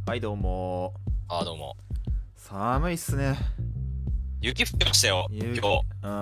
はいどうも。 どうも。 寒いっすね。 雪降ってましたよ、 雪、 今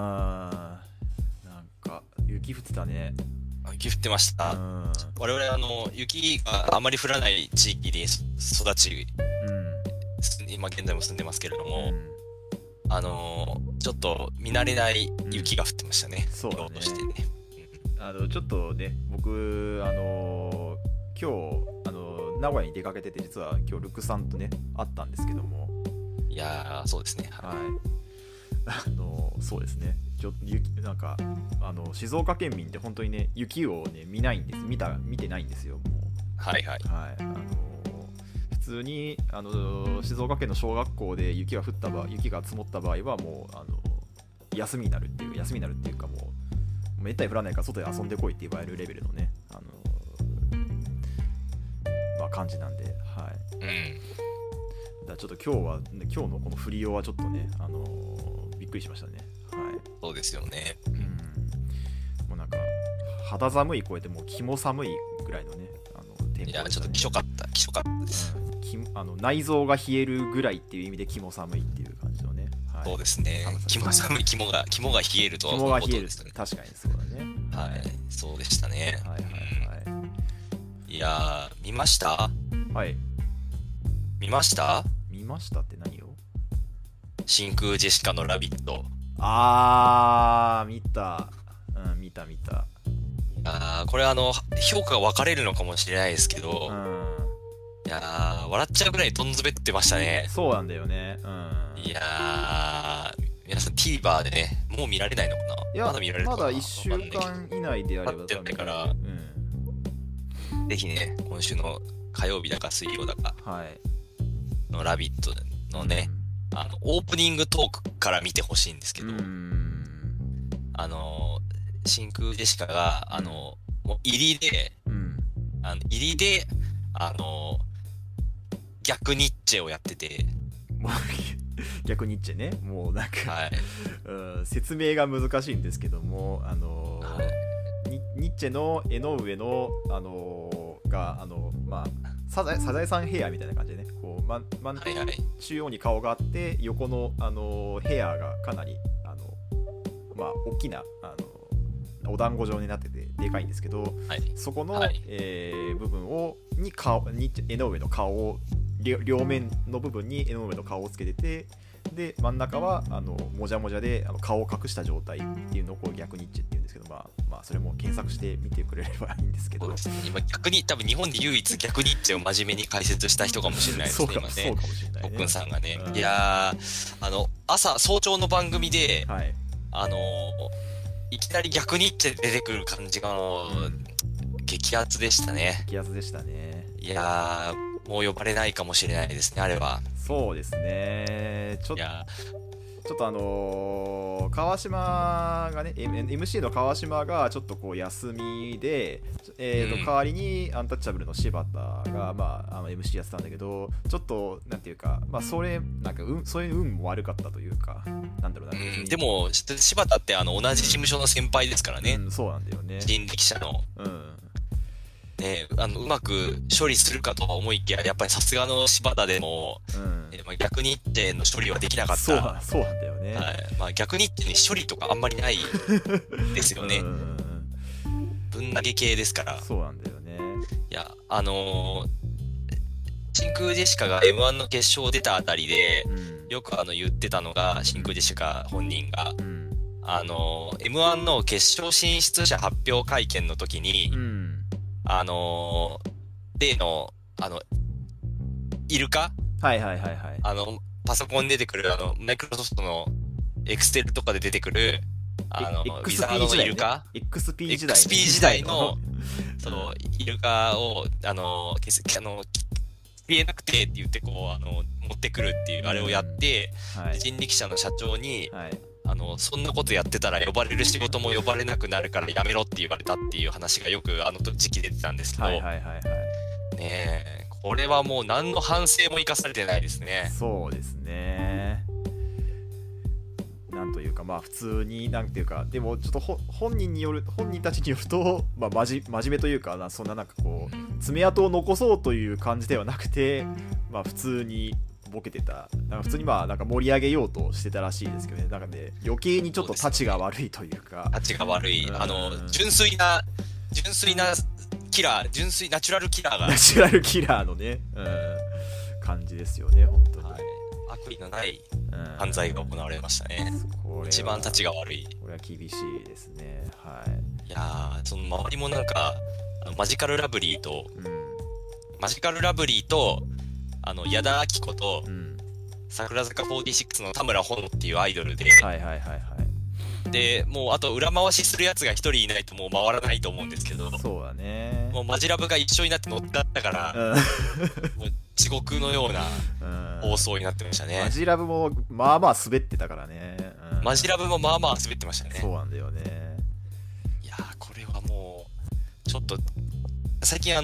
なんか雪降ってたね。 日。雪降ってましうた。 ん。 我々、雪があまり降らない地域に育ち、 うん。 今現在も住んでますけれども、 うん。 ちょっと見慣れないうん。 雪が降ってましたね。 そうだね。 今日としてね。 ちょっとね、僕、今日、名古屋に出かけてて、実は今日ルクさんとね、会ったんですけども、 いやー、そうですね。はい。 はい。そうですね。なんか、静岡県民って本当にね、雪をね、見ないんです。見てないんですよ、もはいはい。 う。はい。普通に、静岡県の小学校で雪が積もった場合は、もう、休みになるっていうか、もう、めったに降らないから外で遊んでこいって言われるレベルのね、まあ、感じなんで、はい。 うん。 だからちょっと今日のこの降りようはちょっとね、びっくりしましたね。はい。 そうですよね。 うん。もうなんか、肌寒い超えてもう肝寒いぐらいのね、天いやー、ちょっと候でしたね。 気色かったです。 うん。内臓が冷えるぐらいっていう意味で肝寒いっていう感じのね、はい。 そうですね。 寒さでしたね。 肝が冷えるとは肝このが冷える。 ことですよね。 確かにそうだね。はい。 はい。そうでしたね。 はいはいはいやー、見ました？ い。はい。 見ました？ 見ましたって何を？ 真空ジェシカのラビット。 見た。うん、見た見た。 これ評価が分かれるのかもしれないですけうど、 ん。 いや笑っちゃうぐらいどんずべってましたね。 そうなんだよね。うん。 いや皆さん TVer でね、もう見られないのかな？ いや、 まだ見られるのかな？ まだわ 1週かんないけど。 間以内であれば待って多分見れる。 ないから、 うん。 ぜひね、今週の火曜日だか水曜だかはい。 のラビットうのね、 ん。 オープニングトークから見てほしいんですけうど、 ん。 あの、真空ジェシカが、 うん。 もううん。 入りで、あの、逆ニッチェをやってて、 もう逆ニッチェね。もうなんかはい。 うん、説明が難しいんですけども、 はい。 ニッチェの江上の、が、まあ、サザエさんヘアみたいな感じでね、こう、 はいはい。 中央に顔があって、横の、ヘアがかなり、まあ、大きな、お団子状になってて、でかいんですけど、 はい。 そこの、 はい。 部分に江上の顔を、両面の部分に江上の顔をつけてて、で真ん中はもじゃもじゃで顔を隠した状態っていうのをこう逆ニッチェっていうんですけど、まあそれも検索してみてくれればいいんですけどそうですね。今逆に、多分日本で唯一逆ニッチェを真面目に解説した人かもしれないですね、今ね。 そうかもしれないね。 特訓さんがね。 うん。 いやー、早朝の番組で、 はい。 あの、いきなり逆ニッチェで出てくる感じがもう、 うん。 激アツでしたね。 激アツでしたね。 いやもう呼ばれないかもしれないですね、あれは。 そうですね。 いやちょっと川島がね、MC の川島がちょっとこう休みで、代わりにアンタッチャブルの柴田が、MC やってたんだけど、ちょっと、なんていうか、まあ、そういう運も悪かったというか、なんだろうな、別に、 でも、柴田って同じ事務所の先輩ですからね。 うん、そうなんだよね。 人力車の。 うん、 ね、うまく処理するかと思いきや、やっぱりさすがの柴田でも、 うん、 逆ニッチェの処理はできなかった。 そうなんだよね。 はい。まあ逆ニッチェに処理とかあんまりないですうよね。 ん、 ぶん投げ系ですから。 そうなんだよね。 いや、真空ジェシカが M1 の決勝出たあたりで、 うん、 よく言ってたのが、真空ジェシカ本人が、 うん、 M1 の決勝進出者発表会見の時に、 うん。 あの例の、イルカはいはいはいはい。 パソコンに出てくる、マイクロソフトのエクステルとかで出てくる、ウィザー XP ドの時代ね。 イルカ XP 時代ね。 XP 時代の、 うん。 イルカを、消えなくてって言って、持ってくるっていう、 うあれをやっん。 て、 はい。 人力車の社長に、 はい。 そんなことやってたら呼ばれる仕事も呼ばれなくなるからやめろって言われたっていう話がよく時期出てたんですけはいど、 はいはいはい。 ねえ、これはもう何の反省も生かされてないですね。 そうですね。なんというか、まあ普通になんていうか、でもちょっと本人たちによると、まあ、真面目というかそんななんかこう爪痕を残そうという感じではなくて、まあ普通にボケてた、なんか普通にまあなんか盛り上げようとしてたらしいですけどね。なんかね、余計にちょっとタチが悪いというか、 タチが悪い、純粋なキラー、純粋ナチュラルキラーが、 ナチュラルキラーのね、感じですよね、本当に。 はい、悪意のない犯罪が行われましたね。一番タチが悪い。 これは厳しいですね。はい。 いやー、その周りもなんかマジカルラブリーと、矢田亜希子と、桜坂46の田村穂乃っていうアイドルで、 はいはいはいはい。 で、もうあと裏回しするやつが一人いないともう回らないと思うんですけど、 そうだね。 もうマジラブが一緒になって乗っかったから、もう地獄のような放送になってましたね。 マジラブもまあまあ滑ってたからね。 マジラブもまあまあ滑ってましたね。 そうなんだよね。 いやー、これはもう、ちょっと、最近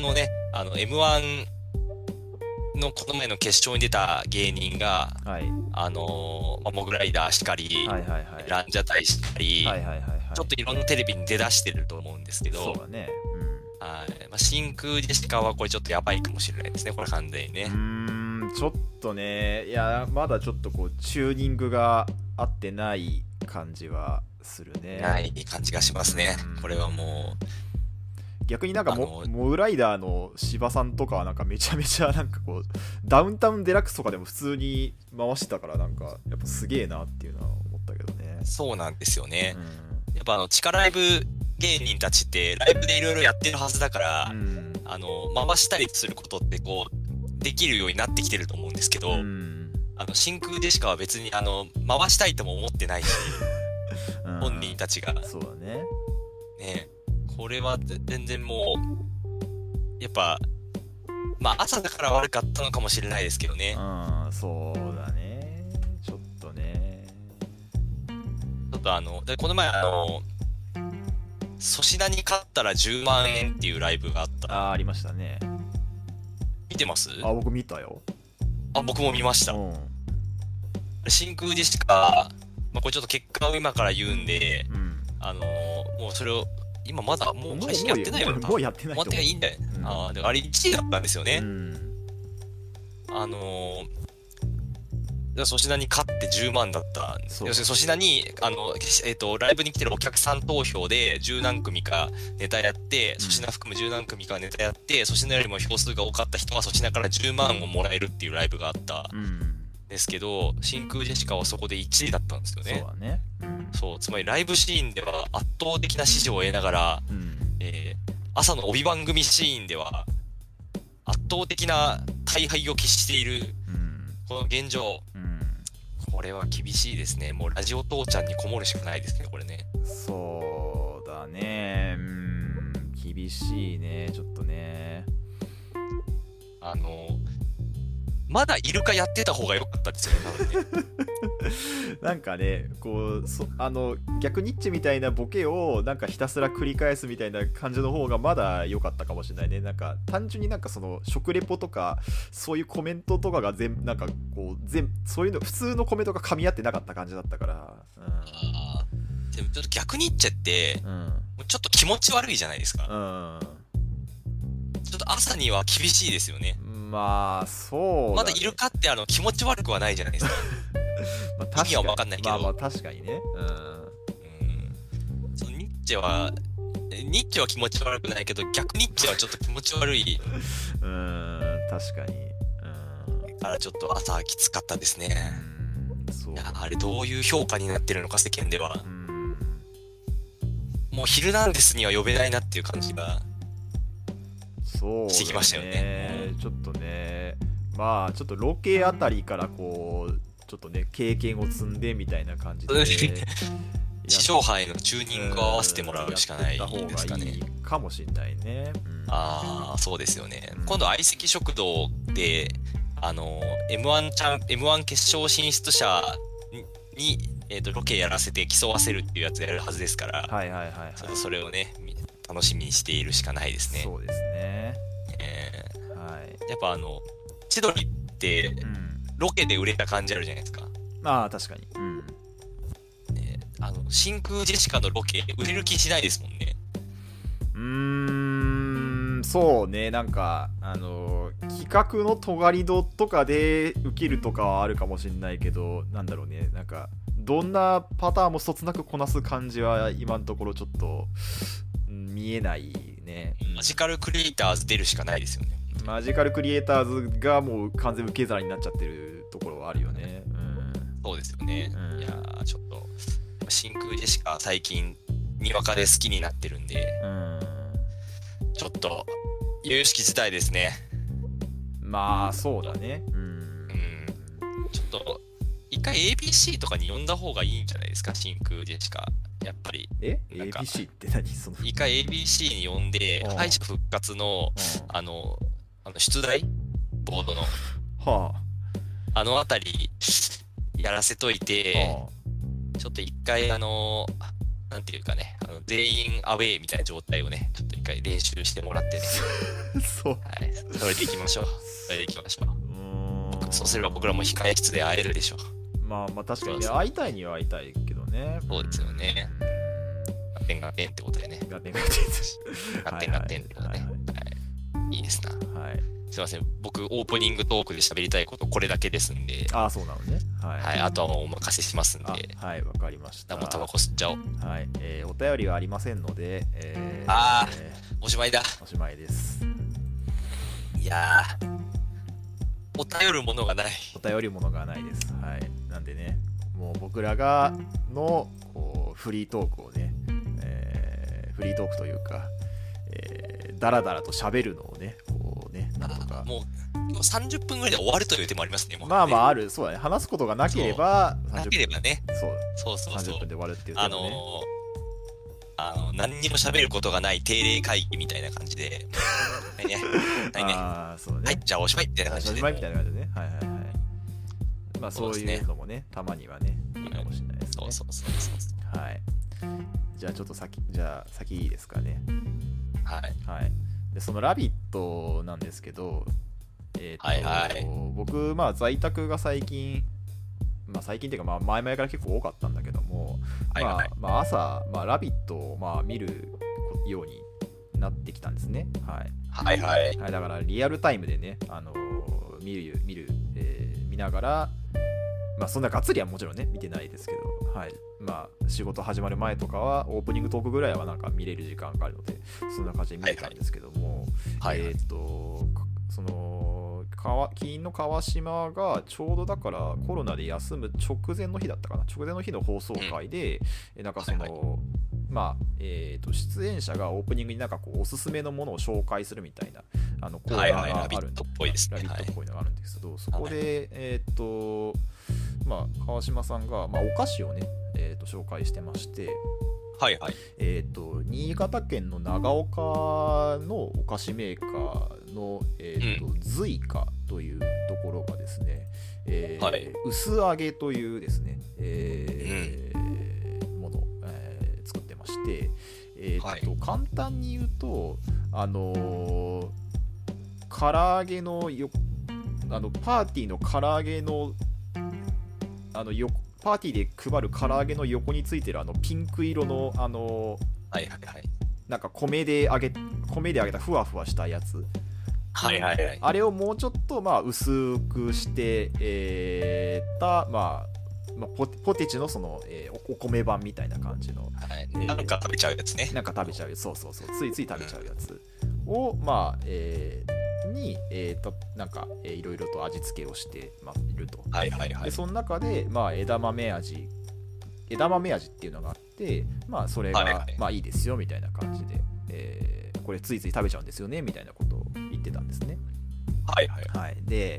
M1 のこの前の決勝に出た芸人が、 はい、 モグライダーしかり、 はいはいはい、 ランジャタイしかり、 はいはいはいはい、 ちょっといろんなテレビに出だしてると思うんですけど、 そうだね。 はい。まあ、真空ジェシカはこれちょっとやばいかもしれないですね、これ完全にね。 ちょっとね、いや、まだちょっとこう、チューニングが合ってない感じはするね。 ない感じがしますね。これはもう。 逆になんかモグライダーの芝さんとかはなんかめちゃめちゃなんかこうダウンタウンデラックスとかでも普通に回してたから、なんかやっぱすげえなっていうのは思ったけどね。 そうなんですよね。やっぱ地下ライブ芸人たちってライブでいろいろやってるはずだから、回したりすることってこうできるようになってきてると思うんですけど、真空ジェシカは別に回したいとも思ってないし、本人たちが。 そうだね。 ね、これは全然もうやっぱまあ朝だから悪かったのかもしれないですけどね。 そうだね。ちょっとね。 ちょっとでこの前粗品に勝ったら10万円っていうライブがあった。 ありましたね。 見てます？ 僕見たよ。 僕も見ました。真空ジェシカ、まあ、これちょっと結果を今から言うんで、もうそれを今まだもう配信やってないよな。 もうやってないと思う。 終わっていいんだよ。であれ1位だったんですよね。粗品に勝って10万だったんです。要するに粗品にライブに来てるお客さん投票で十何組かネタやって、粗品含む十何組かネタやって、粗品よりも票数が多かった人は粗品から10万をもらえるっていうライブがあったですけど、真空ジェシカはそこで1位だったんですよね。 そうだね。 そう、つまりライブシーンでは圧倒的な支持を得ながら、朝の帯番組シーンでは圧倒的な大敗を喫している、この現状、これは厳しいですね。もうラジオ父ちゃんにこもるしかないですね、これね。 そうだね。厳しいね、ちょっとね。 まだイルカやってた方が良かったですよね、多分ね。 なんかね、こう逆ニッチみたいなボケをなんかひたすら繰り返すみたいな感じの方がまだ良かったかもしれないね。なんか単純になんかその食レポとかそういうコメントとかがなんかこうそういうの普通のコメントが噛み合ってなかった感じだったから。 でもちょっと逆ニッチェって、ちょっと気持ち悪いじゃないですか。ちょっと朝には厳しいですよね。 まあそうだね。 まだイルカって気持ち悪くはないじゃないですか。意味は分かんないけど。 まあ確かにね。 そのニッチェは気持ち悪くないけど、逆ニッチェはちょっと気持ち悪い。 確かに。 だからちょっと朝きつかったですね。いや、あれどういう評価になってるのか世間では。もうヒルナンデスには呼べないなっていう感じが。してきましたよね。 ちょっとね、まあちょっとロケあたりからこうちょっとね経験を積んでみたいな感じで地上杯のチューニングを合わせてもらうしかないですかね。 いいかもしれないね。 そうですよね。今度相席食堂でM1 決勝進出者にロケやらせて競わせるっていうやつやるはずですから、それをね楽しみにしているしかないですね。 そうですね。 やっぱ千鳥って、ロケで売れた感じあるじゃないですか。 確かに。 真空ジェシカのロケ、売れる気しないですもんね。 そうね、なんか企画の尖り度とかで受けるとかはあるかもしれないけど、なんだろうね、なんかどんなパターンも一つなくこなす感じは今のところちょっと見えないね。 マジカルクリエイターズ出るしかないですよね。 マジカルクリエイターズがもう完全受け皿になっちゃってるところはあるよね。 そうですよね。 うんいやー、ちょっと、真空ジェシカ最近、にわかで好きになってるんで、ちょっと、由々しき事態ですね。 まあそうだね。 ちょっと、一回 ABC とかに呼んだ方がいいんじゃないですか、真空ジェシカ。やっぱり。なんか ABC って何その一回 ABC に呼んで、敗者復活の、出題ボードの、 はあたり、やらせといて、ちょっと一回なんていうかね、全員アウェイみたいな状態をね、ちょっと一回練習してもらってね。 そう。 はい。それで行きましょう。それで行きましょう。そうすれば僕らも控え室で会えるでしょう。 まあ確かにね、会いたいには会いたいけどね。 そうですよね。ガテンガテンってことでね。 ガテンガテン。 ガテンガテンってことでね。いいですな。 はい。 すいません。僕、オープニングトークで喋りたいことこれだけですんで。 ああ、そうなのね。 はい。あとはもうお任せしますんで。 はい、わかりました。 もうタバコ吸っちゃおう。 はい。お便りはありませんので、 おしまいだ。 おしまいです。 いやー、お便るものがない。 お便りものがないです。はい。なんでね、もう僕らがのこうフリートークをね、フリートークというか、だらだらと喋るのをね、こうね、なんとか。 もう30分ぐらいで終わるという手もありますね。 まあまあある、そうだね。話すことがなければ、 なければね。 そう30分で終わるっていう手もね。 何にも喋ることがない定例会議みたいな感じで。はいね。 そうね。 はい、じゃあおしまいみたいな感じで。 おしまいみたいな感じでね。はいはいはい。まあそういうのもね、たまにはね、いいかもしれないですね。そう。はい。じゃあちょっと先いいですかね。 はい。 で、そのラビットなんですけど、僕、在宅が最近っていうか、前々から結構多かったんだけども、朝、ラビットを見るようになってきたんですね。だからリアルタイムでね、見ながら、そんながっつりはもちろんね、見てないですけど、仕事始まる前とかは、オープニングトークぐらいはなんか見れる時間があるので、そんな感じで見てたんですけども、そのキリンの川島がちょうどだからコロナで休む直前の日だったかな、直前の日の放送回で、なんかその、出演者がオープニングになんかこうおすすめのものを紹介するみたいなコーナーがあるラビットっぽいですね。 ラビットっぽいのがあるんですけど、そこで、川島さんが、お菓子をね、紹介してまして、新潟県の長岡のお菓子メーカーの、ズイカというところがですね、薄揚げというですね、ものを、作ってまして、簡単に言うと、唐揚げのパーティーの唐揚げのパーティーで配る唐揚げの横についてるピンク色のなんか米で揚げたふわふわしたやつ、あれをもうちょっと薄くしてたポテチのそのお米版みたいな感じの、 なんか食べちゃうやつね。 なんか食べちゃう、そうついつい食べちゃうやつをになんかいろいろと味付けをしていると。でその中で枝豆味っていうのがあって、それがいいですよみたいな感じで、これついつい食べちゃうんですよねみたいなことを言ってたんですね。で、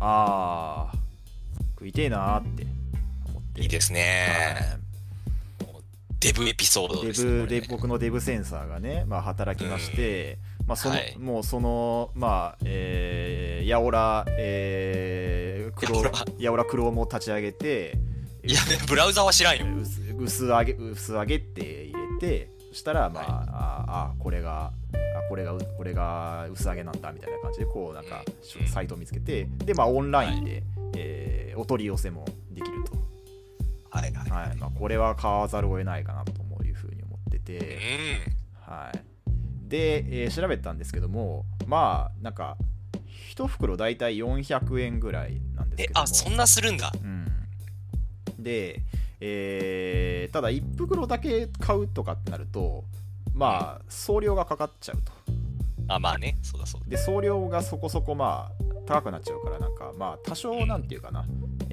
食いてえなーって思って。 いいですね。デブエピソードですね。 僕のデブセンサーがね、働きまして、もうそのやおら黒も立ち上げて、 いやブラウザは知らんよ。 薄揚げって入れて、そしたらこれが薄揚げなんだみたいな感じでこうなんかサイトを見つけて、でオンラインで、お取り寄せもできると。 はいまあ、これは買わざるを得ないかなというふうに思ってて、はい、で、調べたんですけども、まあなんか1袋だいたい400円ぐらいなんですけども、 そんなするんだ。 で、ただ1袋だけ買うとかってなると、まあ送料がかかっちゃうと。 まあね、そうだ。 で送料がそこそこまあ高くなっちゃうから、なんかまあ多少なんていうかな、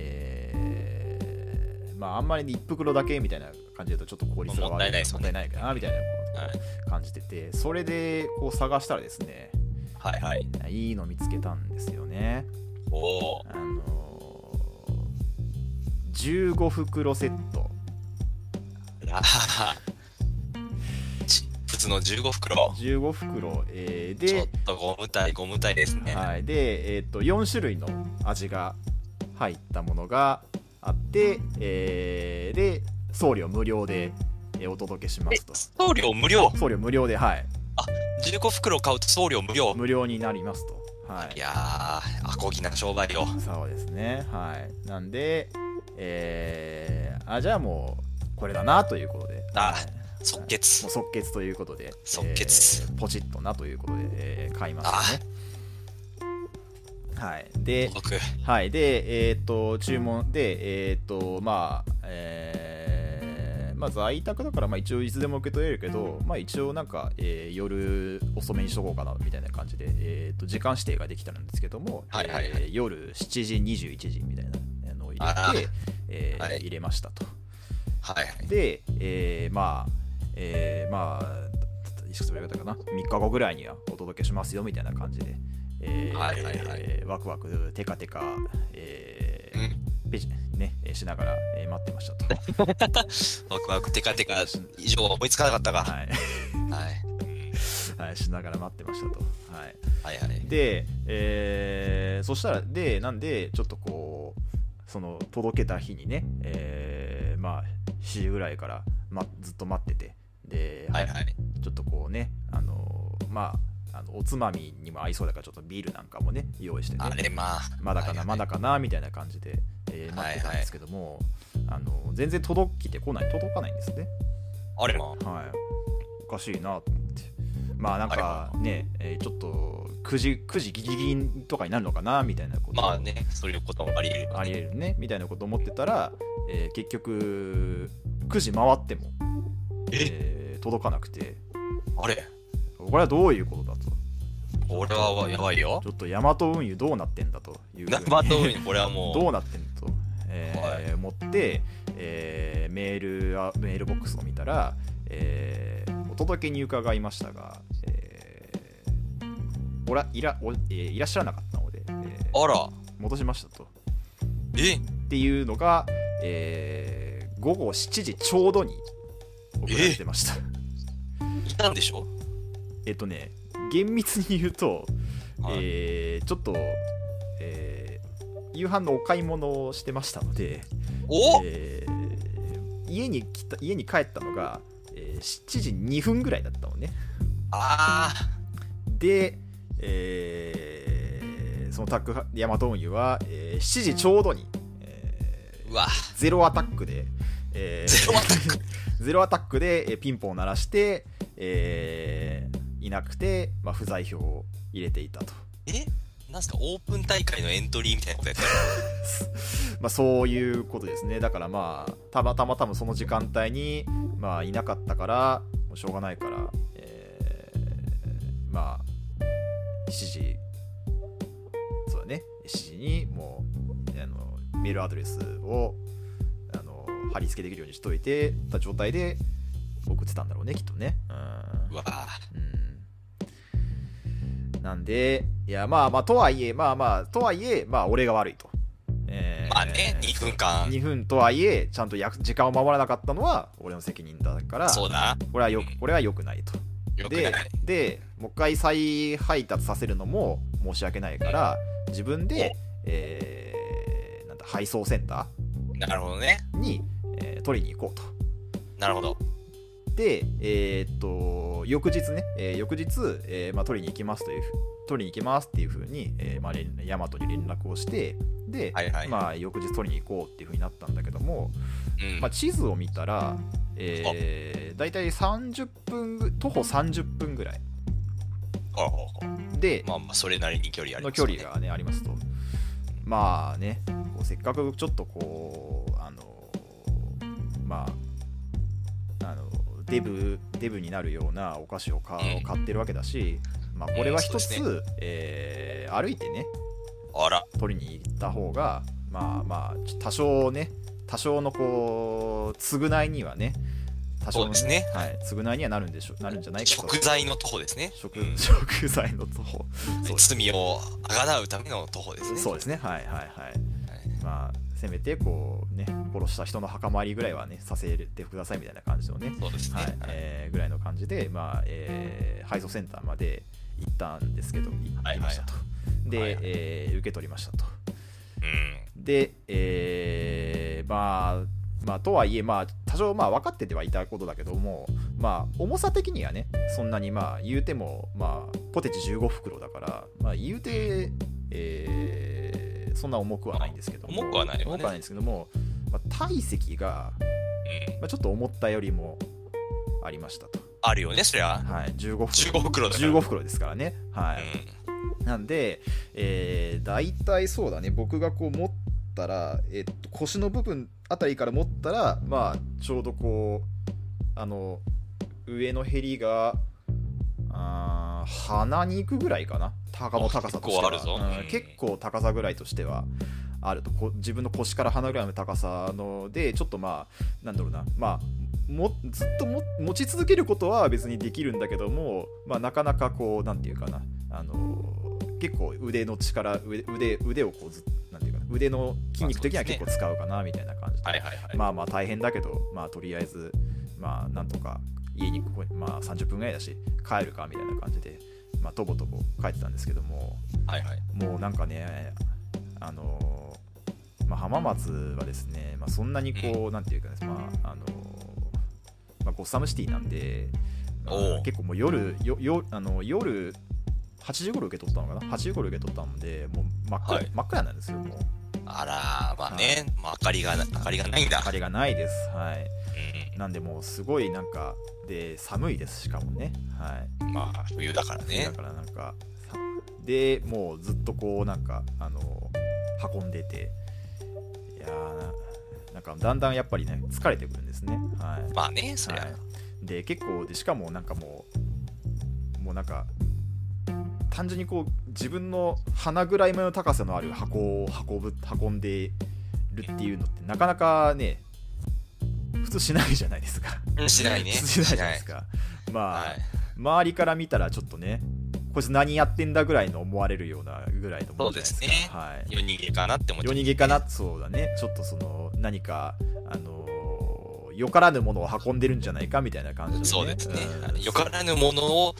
まああんまり1袋だけみたいな感じだとちょっと効率が悪い、もったいないかなみたいなことを感じてて、それでこう探したらですね、いいの見つけたんですよね。15袋セット。 普通の15袋。 でちょっとゴム体ですね。 はい、で、4種類の味が入ったものがあって、で送料無料でお届けしますと。 送料無料で、はい。 15袋買うと送料無料になりますと。はい。 いやー、アコギな商売よ。 そうですね。はい。なんで、じゃあもうこれだなということで。 即決。 もう即決ということで。 即決。 ポチッとなということで、買いましたね。はい。で、注文で、まあ在宅だから、まあ一応いつでも受け取れるけど、まあ一応なんか、夜遅めにしとこうかなみたいな感じで、時間指定ができたんですけども、夜7時21時みたいなのを入れて、入れましたと。で、まあいくつもやったかな、3日後ぐらいにはお届けしますよみたいな感じで、ワクワクテカテカ、しながら、待ってましたと。 ワクワクテカテカ以上は思いつかなかったか。 しながら待ってましたと。で、そしたらなんでちょっとこうその届けた日にね、まあ7時ぐらいから、ずっと待ってて、で、ちょっとこうね、おつまみにも合いそうだから、ちょっとビールなんかもね用意してね、まだかなみたいな感じで、待ってたんですけども、全然届かないんですね。おかしいなと思って、まあなんかね、ちょっと9時ギリギリとかになるのかなみたいなこと、 まあね、そういうこともありえるねみたいなこと思ってたら、結局9時回っても、届かなくて、これはどういうことだと。 これはやばいよ。 ちょっとヤマト運輸どうなってんだという、 ヤマト運輸これはもうどうなってんだと、思って、メールボックスを見たら、お届けに伺いましたが、いらっしゃらなかったので、戻しましたと。っていうのが、午後7時ちょうどに送られてました。 いたんでしょ？ 厳密に言うと、ちょっと、夕飯のお買い物をしてましたので、家に帰ったのが、7時2分ぐらいだったのね。で、そのヤマト運輸は、7時ちょうどに、ゼロアタックで、ゼロアタックでピンポンを鳴らして、いなくて、不在票を入れていたと。 なんすか、オープン大会のエントリーみたいなことやったらそういうことですね。だからたまたま多分その時間帯に、いなかったからもうしょうがないから、7時そうだね、7時にもうメールアドレスを貼り付けできるようにしといてた状態で送ってたんだろうね、きっとね。なんで、いやとはいえ俺が悪いと。2分とはいえちゃんと時間を守らなかったのは俺の責任だから、これは良くないと。でもう一回再配達させるのも申し訳ないから、自分で、配送センターに、取りに行こうと。 で、翌日ね、まあ、取りに行きますっていうふうに、まあ、ヤマトに連絡をして、で、 はいはい、 まあ、翌日取りに行こうっていうふうになったんだけども、 うん、 まあ、地図を見たら、だいたい徒歩30分ぐらいで、 まあまあそれなりに距離ありますね、の距離がねありますと。まあね、こうせっかくちょっとこうまあデブになるようなお菓子を買ってるわけだし、まあこれは一つ、歩いてね取りに行った方がまあ多少のこう償いにはねそうですね、 はい、償いにはなるんじゃないかと。 食材の徒歩ですね。 食材の徒歩、 罪をあがなうための徒歩ですね。 そうですね、はい。まあせめてこうね、殺した人の墓参りぐらいはねさせてくださいみたいな感じのね、 そうですね、 はいぐらいの感じで、まあ配送センターまで行ったんですけど、行きましたと。で、受け取りましたと。で、まあとはいえ、まあ多少まあ分かっててはいたことだけども、まあ重さ的にはねそんなにまあ言うてもまあポテチ15袋だから、まあ言うてそんな重くはないんですけども、 重くはないんですけども、まあ、体積が、まあ、ちょっと思ったよりもありましたと。 あるよね、そりゃ。 はい、15 袋 15袋ですからね。はい。なんで、大体そうだね、僕がこう持ったら、腰の部分あたりから持ったら、まあちょうどこう上のへりが鼻に行くぐらいかな、高さとしては。結構高さぐらいとしてはあると。自分の腰から鼻ぐらいの高さので、ちょっとまあなんだろうな、まあずっと持ち続けることは別にできるんだけども、まあ、なかなかこうなんていうかな、結構腕の力、腕をこうなんていうかな、腕の筋肉的には結構使うかなみたいな感じで、まあまあ大変だけど、まあとりあえずまあなんとか家にまあ30分ぐらいだし帰るかみたいな感じで、まあとぼとぼ帰ってたんですけども、もうなんかね、まあ、浜松はですね、まあ、そんなにこうなんていうかですね、まあまあ、ゴッサムシティなんで、結構もう夜8時頃受け取ったのかな、8時頃受け取ったので、もう真っ暗なんですよ、もう。 あら、まあね、まあ、明かりがないんだ。 明かりがないです。はい。なんでもうすごいなんかで寒いです、しかもね。はい。 まあ冬だからね。 だからなんかでもうずっとこうなんか運んでて、いやなんかだんだんやっぱりね疲れてくるんですね。はい。 まあね、そりゃ。はい、 で結構でしかもなんかもうなんか単純にこう自分の鼻ぐらいの高さのある箱を運んでるっていうのってなかなかね普通しないじゃないですか。 しないね。 普通しないじゃないですか。まあ、周りから見たらちょっとね、こいつ何やってんだぐらいの思われるようなぐらいのものじゃないですか。そうですね。はい。 夜逃げかなって思っちゃう、 夜逃げかな、そうだね。ちょっとその何かよからぬものを運んでるんじゃないかみたいな感じで、ね。 そうですね。よからぬものを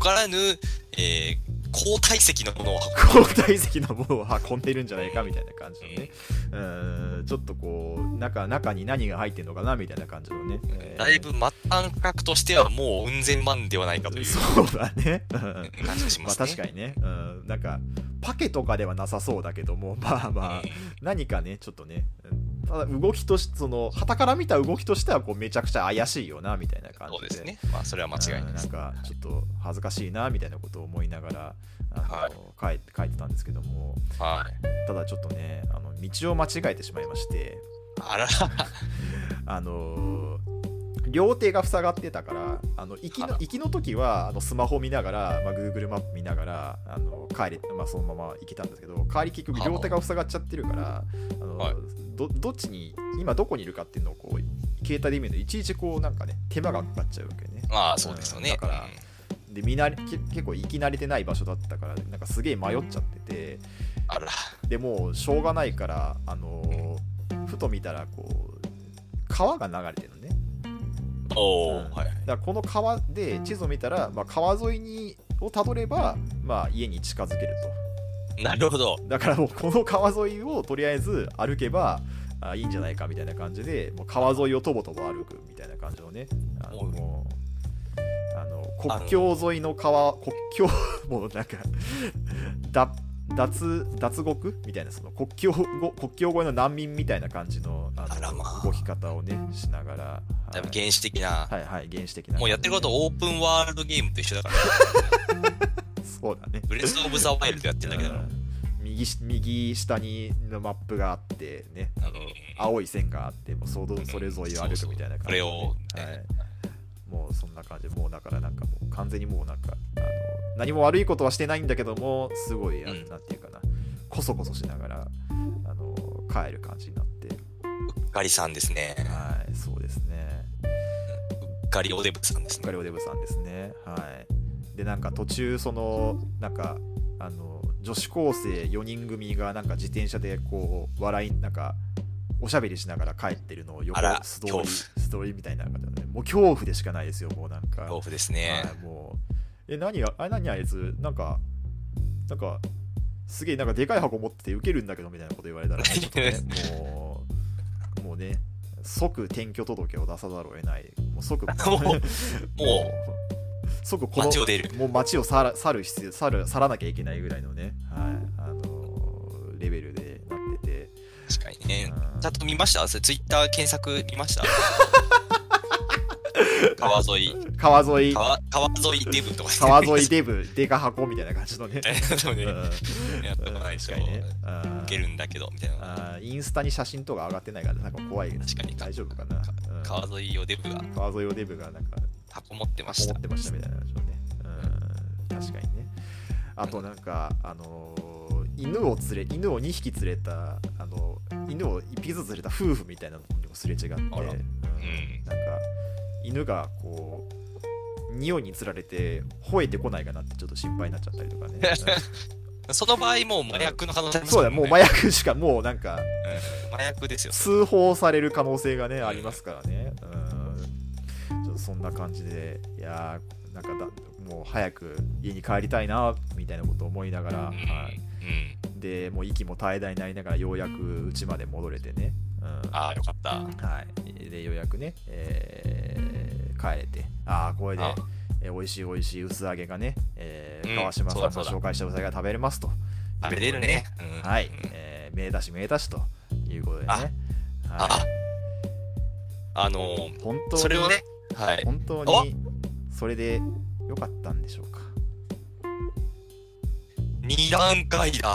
高体積のものを運んでるんじゃないかみたいな感じのね、ちょっとこう中に何が入ってるのかなみたいな感じのね、 だいぶ末端価格としてはもううん千万ではないかというそうだね感じがしますね。 まあ確かにね、なんかパケとかではなさそうだけども、まあ、何かねちょっとね、ただ動きとしてその旗から見た動きとしてはこうめちゃくちゃ怪しいよなみたいな感じで、 そうですね。まあそれは間違いないです。 なんかちょっと恥ずかしいなみたいなことを思いながら書いてたんですけども、ただちょっとね道を間違えてしまいまして、 あら両手が塞がってたから行きの時はスマホ見ながら、Google マップ見ながら帰れ、そのまま行けたんですけど、帰り結局両手が塞がっちゃってるからどっちに今どこにいるかっていうのをこう携帯で見るのいちいちこうなんかね手間がかかっちゃうわけね。 そうですよね。 だからで結構行き慣れてない場所だったからなんかすげえ迷っちゃってて、でもうしょうがないからふと見たらこう川が流れてるのね。だからこの川で地図を見たら、川沿いをたどれば、家に近づけると。なるほど。 だからもうこの川沿いをとりあえず歩けばいいんじゃないかみたいな感じで、もう川沿いをとぼとぼ歩くみたいな感じのねもう国境沿いの川、国境もうなんか脱獄みたいな、その国境越えの難民みたいな感じの動き方をねしながら、 だいぶ原始的な、 はいはい、原始的な、 もうやってることオープンワールドゲームと一緒だからそうだね、 ブレスオブザワイルドやってるだけだから右下にのマップがあってね、青い線があって、もうそれ沿いを歩くみたいな感じで、 これを、 はい、もうそんな感じで、もうだからなんかもう完全にもうなんか何も悪いことはしてないんだけども、すごいなんていうかな、コソコソしながら帰る感じになって、 うっかりさんですね。 はい、そうですね、 うっかりおデブさんですね。 うっかりおデブさんですね。はい。でなんか途中そのなんか女子高生4人組がなんか自転車でこうなんかおしゃべりしながら帰ってるのを横ストーリーみたいな感じで、ね、もう恐怖でしかないですよ。もうなんか恐怖ですね。 はい、もう何あいつなんかすげえなんかでかい箱持っててウケるんだけどみたいなこと言われたら、ね、ちょっとねもうね即転居届を出さざるを得ない、もう即即この街を出る、 もう街を去らなきゃいけないぐらいのね、はい、レベルでなってて、 確かにね、ちゃんと見ました？それツイッター検索見ました？川沿いデブとか、 川沿いデブデカ箱みたいな感じのねやったことないですよね。ウケるんだけどみたいな。 インスタに写真とか上がってないからなんか怖い。 確かに大丈夫かな。 川沿いをデブがなんか箱持ってましたみたいな感じのね。確かにね。あとなんか犬を2匹連れた犬を1匹ずつ連れた夫婦みたいなのにもすれ違って、なんか犬がこう匂いにつられて吠えてこないかなってちょっと心配になっちゃったりとかね。 その場合もう麻薬の可能性ありますね。 そうだ、もう麻薬しか、もうなんか、 麻薬ですよ。 通報される可能性がね、ありますからね。ちょっとそんな感じで、いやー、なんかもう早く家に帰りたいなみたいなことを思いながら、はい、でもう息も絶え絶えになりながらようやく家まで戻れてね、 ああよかった、 はい、でようやくね、帰れて、これで美味しい薄揚げがね、川島さんが紹介した薄揚げが食べれますと、 食べれるね、 はい、名だしということでね、本当にそれをね、はい、 本当にそれでよかったんでしょうか。 2段階だ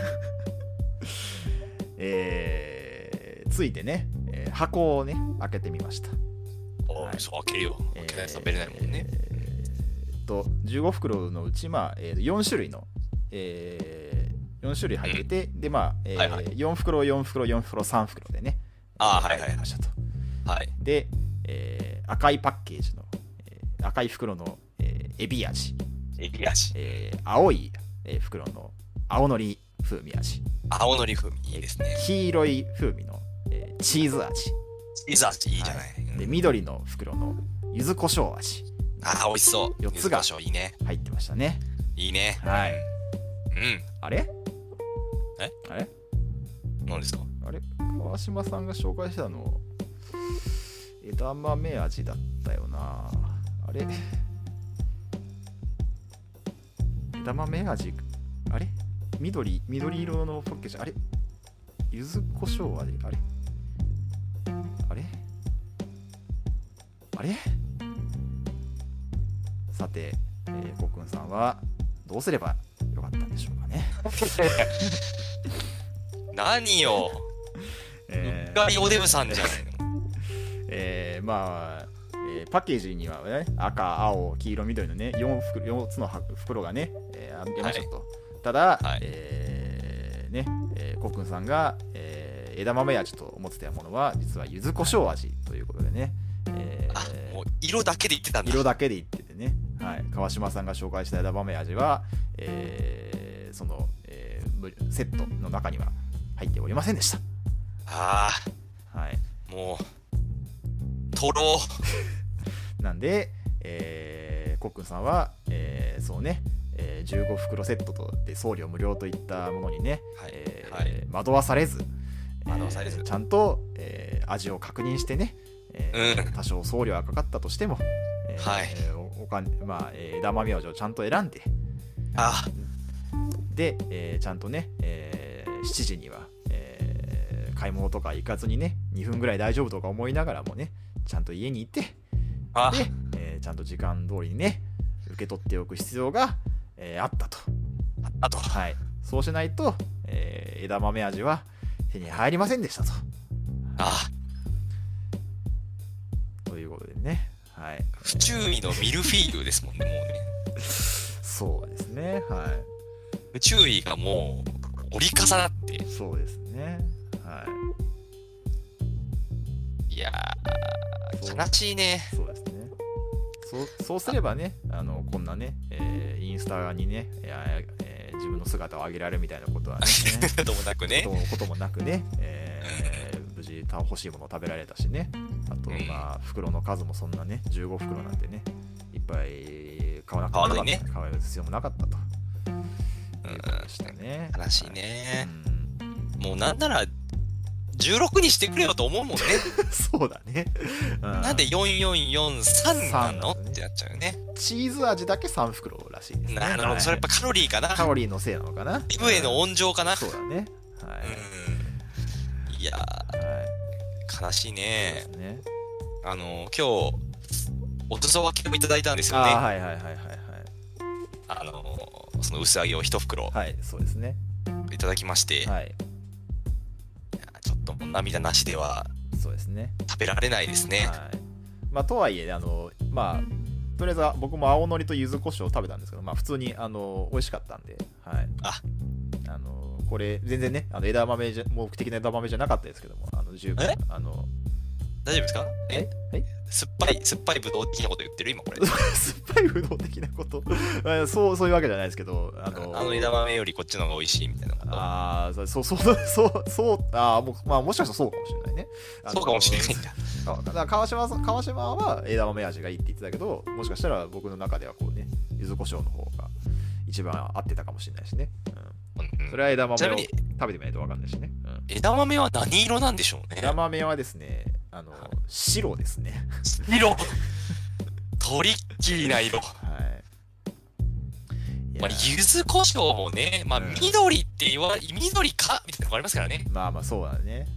ついてね、箱をね開けてみました。 そう開けるよ。食べれないもんね。 15袋のうち4種類の、4種類入ってて、で4袋3袋でね、入りましたと。で、赤いパッケージの、赤い袋の、エビ味、青い、袋の青のり風味味、 青のり風味いいですね。 黄色い風味の、チーズ味、 いいじゃない。 で緑の袋の柚子胡椒味、 美味しそう。 4つがいいね。 入ってましたね。 いいね。 はい。あれ何ですか？ あれ川島さんが紹介したの枝豆味だったよな。あれ枝豆味、あれ緑色のパッケージ、あれ柚子胡椒味、あれさて、コックンさんはどうすればよかったんでしょうかね。 何よ、うっかりおデブさんじゃないの。 パッケージには、ね、赤、青、黄色、緑のね 4つの袋がね、ありましたと。ただ、コックンさんが、枝豆味と思ってたものは実は柚子胡椒味ということでね、 もう色だけで言ってたんだ。 色だけで言っててね、はい、川島さんが紹介した枝豆味は、その、セットの中には入っておりませんでした。 はい、もうとろなんで、コックンさんは、そうね、15袋セットで送料無料といったものにね、惑わされず、ちゃんと、味を確認してね、 多少送料はかかったとしても、 はい、 お金、まあ枝豆味をちゃんと選んで、で、ちゃんとね、7時には、買い物とか行かずにね2分ぐらい大丈夫とか思いながらもねちゃんと家にいて、で、ちゃんと時間通りにね受け取っておく必要が、あったと、はい、そうしないと、枝豆味は手に入りませんでしたと。ということでね、はい、 不注意のミルフィーユですもんね、もうね。 そうですね、はい。 不注意がもう折り重なって。 そうですね、はい。 いやー、悲しいね。 そうですね。そうすればね、こんなね、インスタにね、自分の姿を上げられるみたいなことはね、 こともなくね、 無事欲しいものを食べられたしね、あとまあ袋の数もそんなね15袋なんてねいっぱい買わなかった、買う必要もなかったということでしたね。 悲しいね、もうなんなら16にしてくれよと思うもんね。 そうだね、 なんで4443なのってなっちゃうよね。 チーズ味だけ3袋らしいですね。 なるほど、それやっぱカロリーかな。 カロリーのせいなのかな。 リブへの温情かな。 そうだね、はい。 いやー、悲しいね。 そうですね。 今日お裾分けをいただいたんですよね。 はいはいはいはいはい。 その薄揚げを1袋、 はい、そうですね、 いただきまして、はい、ちょっともう涙なしではそうですね食べられないですね。 はい、まあとはいえまあとりあえずは僕も青のりと柚子胡椒を食べたんですけど、まあ普通に美味しかったんで、はい、これ全然ね枝豆目的な枝豆じゃなかったですけども、十分大丈夫ですか？酸っぱいぶどう的なこと言ってる今これ。 酸っぱいぶどう的なことそういうわけじゃないですけど、 枝豆よりこっちの方が美味しいみたいなこと。 もしかしたらそうかもしれないね。 そうかもしれないんだ。 だから川島は枝豆味がいいって言ってたけど、もしかしたら僕の中ではこうね柚子胡椒の方が一番合ってたかもしれないしね。それは枝豆を食べてみないと分かんないしね。 枝豆は何色なんでしょうね。 枝豆はですね、白ですね。 白トリッキーな色。まあ、柚子胡椒もね、まあ、緑って緑かみたいなのがありますからね。 まあそうだね。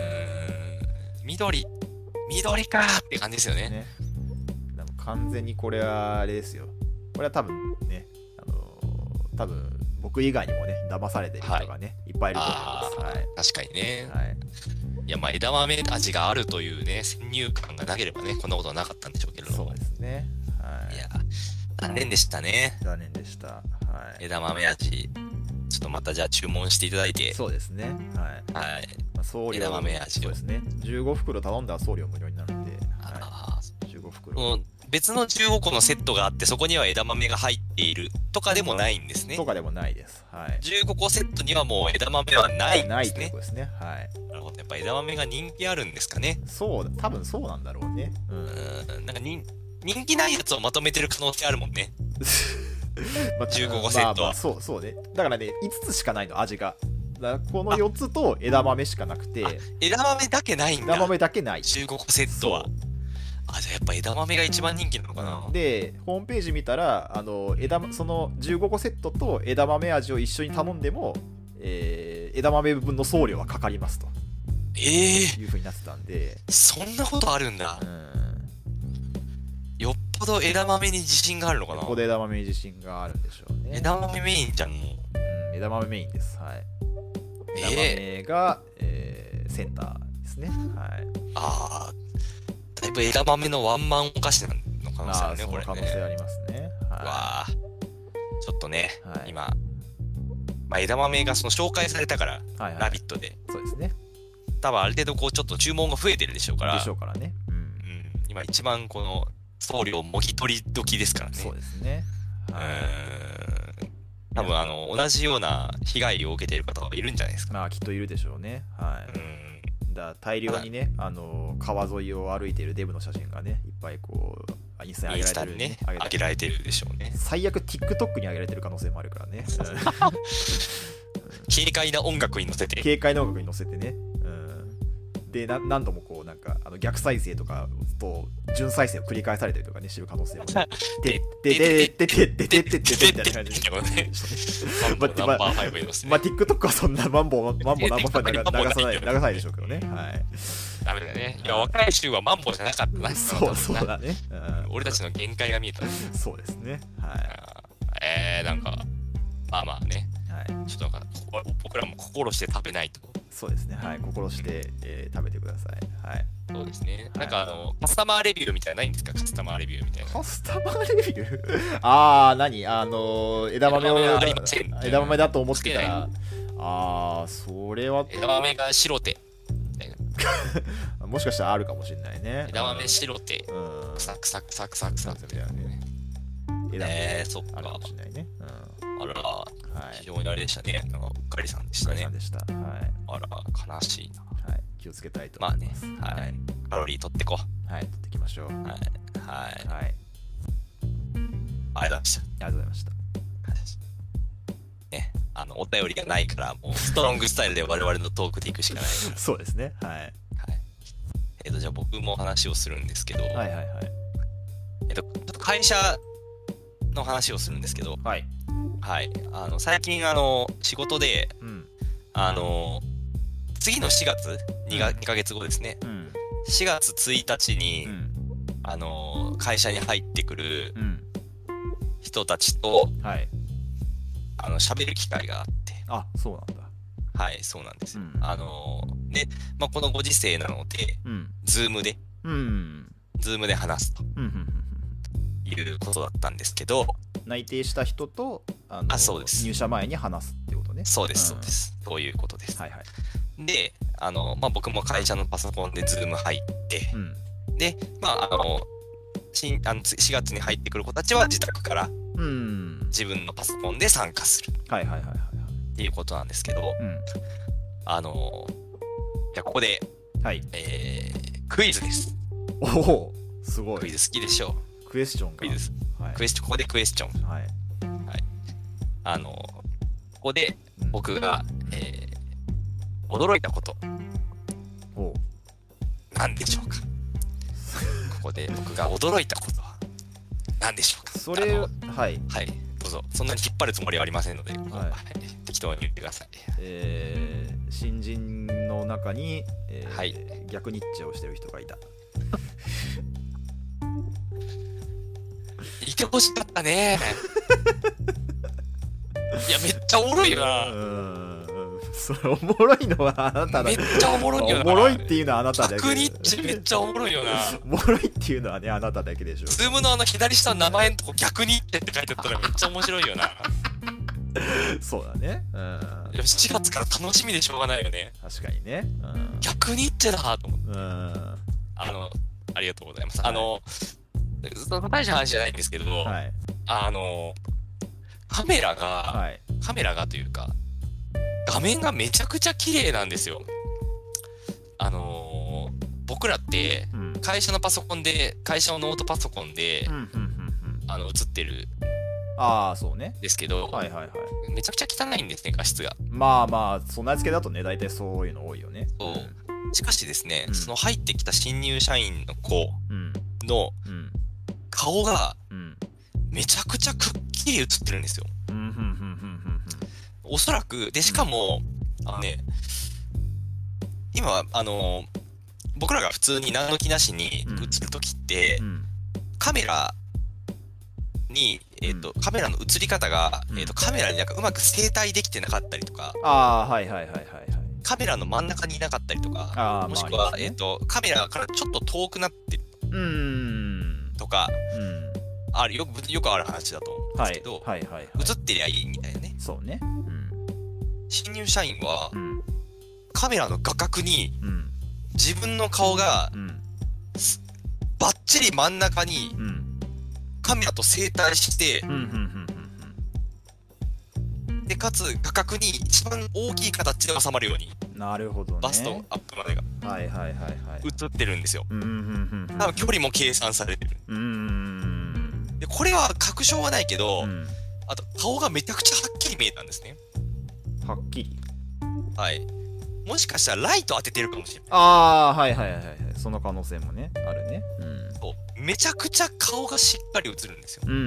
緑かって感じですよね。 でも完全にこれはあれですよ。これは多分ね、多分僕以外にもね騙されてる人がね、いっぱいいると思います。 確かにね。いや、まあ枝豆味があるというね先入観がなければねこんなことはなかったんでしょうけれども。 そうですね。 いや残念でしたね。 残念でした。 枝豆味ちょっとまたじゃあ注文していただいて。 そうですね。はい。送料、枝豆味を。そうですね。15袋頼んだら送料無料になるんで。15袋。 別の15個のセットがあってそこには枝豆が入っているとかでもないんですね。 とかでもないです。 15個セットにはもう枝豆はないんですね。 ないということですね。 なるほど。やっぱ枝豆が人気あるんですかね。 多分そうなんだろうね。 なんか人気ないやつをまとめてる可能性あるもんね。15個セットは。 そうね。だからね、5つしかないの、味が。この4つと枝豆しかなくて。 枝豆だけないんだ。 枝豆だけない。 15個セットは。じゃあやっぱ枝豆が一番人気なのかな。 で、ホームページ見たら、その15個セットと枝豆味を一緒に頼んでも、枝豆分の送料はかかりますと。いう風になってたんで。 そんなことあるんだ。よっぽど枝豆に自信があるのかな。 よっぽど枝豆に自信があるんでしょうね。 枝豆メインじゃん、もう。 枝豆メインです。はい。枝豆が、センターですね。 だいぶ枝豆のワンマンお菓子なの可能性あるね、これね。 可能性ありますね。 わー。ちょっとね、今、枝豆がその紹介されたから、ラビットで。 そうですね。 多分ある程度こうちょっと注文が増えてるでしょうから。 でしょうからね。 今一番この送料もぎ取り時ですからね。 そうですね。 多分同じような被害を受けている方はいるんじゃないですか。 まあきっといるでしょうね。大量にね、川沿いを歩いているデブの写真がね、いっぱいこうインスタに上げられてるでしょうね。 最悪 TikTok に上げられてる可能性もあるからね。 軽快な音楽に乗せてね。 で何度もこうなんか逆再生とかと順再生を繰り返されたりとかねしてる可能性もね。でででででででででみたいな感じで。 ナンバー5ですね。 まあ TikTok はそんなマンボ流さないでしょうけどね。はい。 ダメだね。いや若い衆はマンボじゃなかったな。 そうだね。 俺たちの限界が見えた。 そうですね。はい。 なんかまあまあね。ちょっとなんか僕らも心して食べないと。 そうですね。はい。心して、食べてください。はい。 そうですね。なんかカスタマーレビューみたいなないんですか？カスタマーレビューみたいな。 カスタマーレビュー何枝豆だと思ってたら、それは。 枝豆が白手。 もしかしたらあるかもしれないね。 枝豆白手。クサクサクサクサクサってね。そっか。 あるかもしれないね。 あら、非常にあれでしたね。なんかうっかりさんでしたね。あら、悲しいな。 はい、気をつけたいと思います。 まあね、はい。カロリー取ってこう。 はい、取ってきましょう。はい。 はい。 ありがとうございました。 ありがとうございました。 ね、お便りがないから、もうストロングスタイルで我々のトークでいくしかないから。 そうですね。はい。 じゃあ僕も話をするんですけど、ちょっと会社の話をするんですけど、はい。最近仕事で、次の4月、2ヶ月後ですね。4月1日に、会社に入ってくる人たちと、喋る機会があって。 あ、そうなんだ。 はい、そうなんですよ。で、まあ、このご時世なので、ズームで話すということだったんですけど、 内定した人とそうです。 入社前に話すってことね。 そうです、そうです。そういうことです。で、まあ、僕も会社のパソコンでズーム入って、で、まあ、4月に入ってくる子たちは自宅から自分のパソコンで参加するっていうことなんですけど、じゃあここで、クイズです。 おお、すごい。 クイズ好きでしょう。 クエスチョンか。 クイズ。ここでクエスチョン。ここで僕が、驚いたこと。何でしょうか。ここで僕が驚いたことは何でしょうか。 それはい。 どうぞ。そんなに引っ張るつもりはありませんので、適当に言ってください。 新人の中に、逆ニッチをしてる人がいた。 いてほしかったね。いや、めっちゃおもろいよな。 それおもろいのはあなただ。 めっちゃおもろいよな。 おもろいっていうのはあなただけ。 逆ニッチめっちゃおもろいよな。 おもろいっていうのはね、あなただけでしょ。 ズームの左下の名前のとこ逆ニッチって書いてあったらめっちゃ面白いよな。 そうだね。 7月から楽しみでしょうがないよね。 確かにね。 逆ニッチだと思って。ありがとうございます。その大した話じゃないんですけど、カメラがというか、画面がめちゃくちゃ綺麗なんですよ。僕らって、会社のパソコンで、会社のノートパソコンで、映ってる。 そうね。 ですけど、めちゃくちゃ汚いんですね、画質が。 まあまあ、備え付けだとね、大体そういうの多いよね。 しかしですね、その入ってきた新入社員の子の顔が、めちゃくちゃくっきり映ってるんですよ。おそらく、で、しかも、今、僕らが普通に何の気なしに映るときって、カメラに、カメラの映り方が、カメラになんかうまく整体できてなかったりとか、カメラの真ん中にいなかったりとか、もしくは、カメラからちょっと遠くなってるとか、よくある話だと思うんですけど、映ってりゃいいみたいなね。 そうね。 新入社員は、カメラの画角に、自分の顔が、バッチリ真ん中に、カメラと整体して、で、かつ画角に一番大きい形で収まるように、 なるほどね。 バストアップまでが映ってるんですよ。多分距離も計算されてる。で、これは確証はないけど、あと顔がめちゃくちゃはっきり見えたんですね。 はっきり。 はい。 もしかしたらライト当ててるかもしれない。 ああー、はいはいはいはい。その可能性もね、あるね。うん。 そうめちゃくちゃ顔がしっかり映るんですよ。 うん。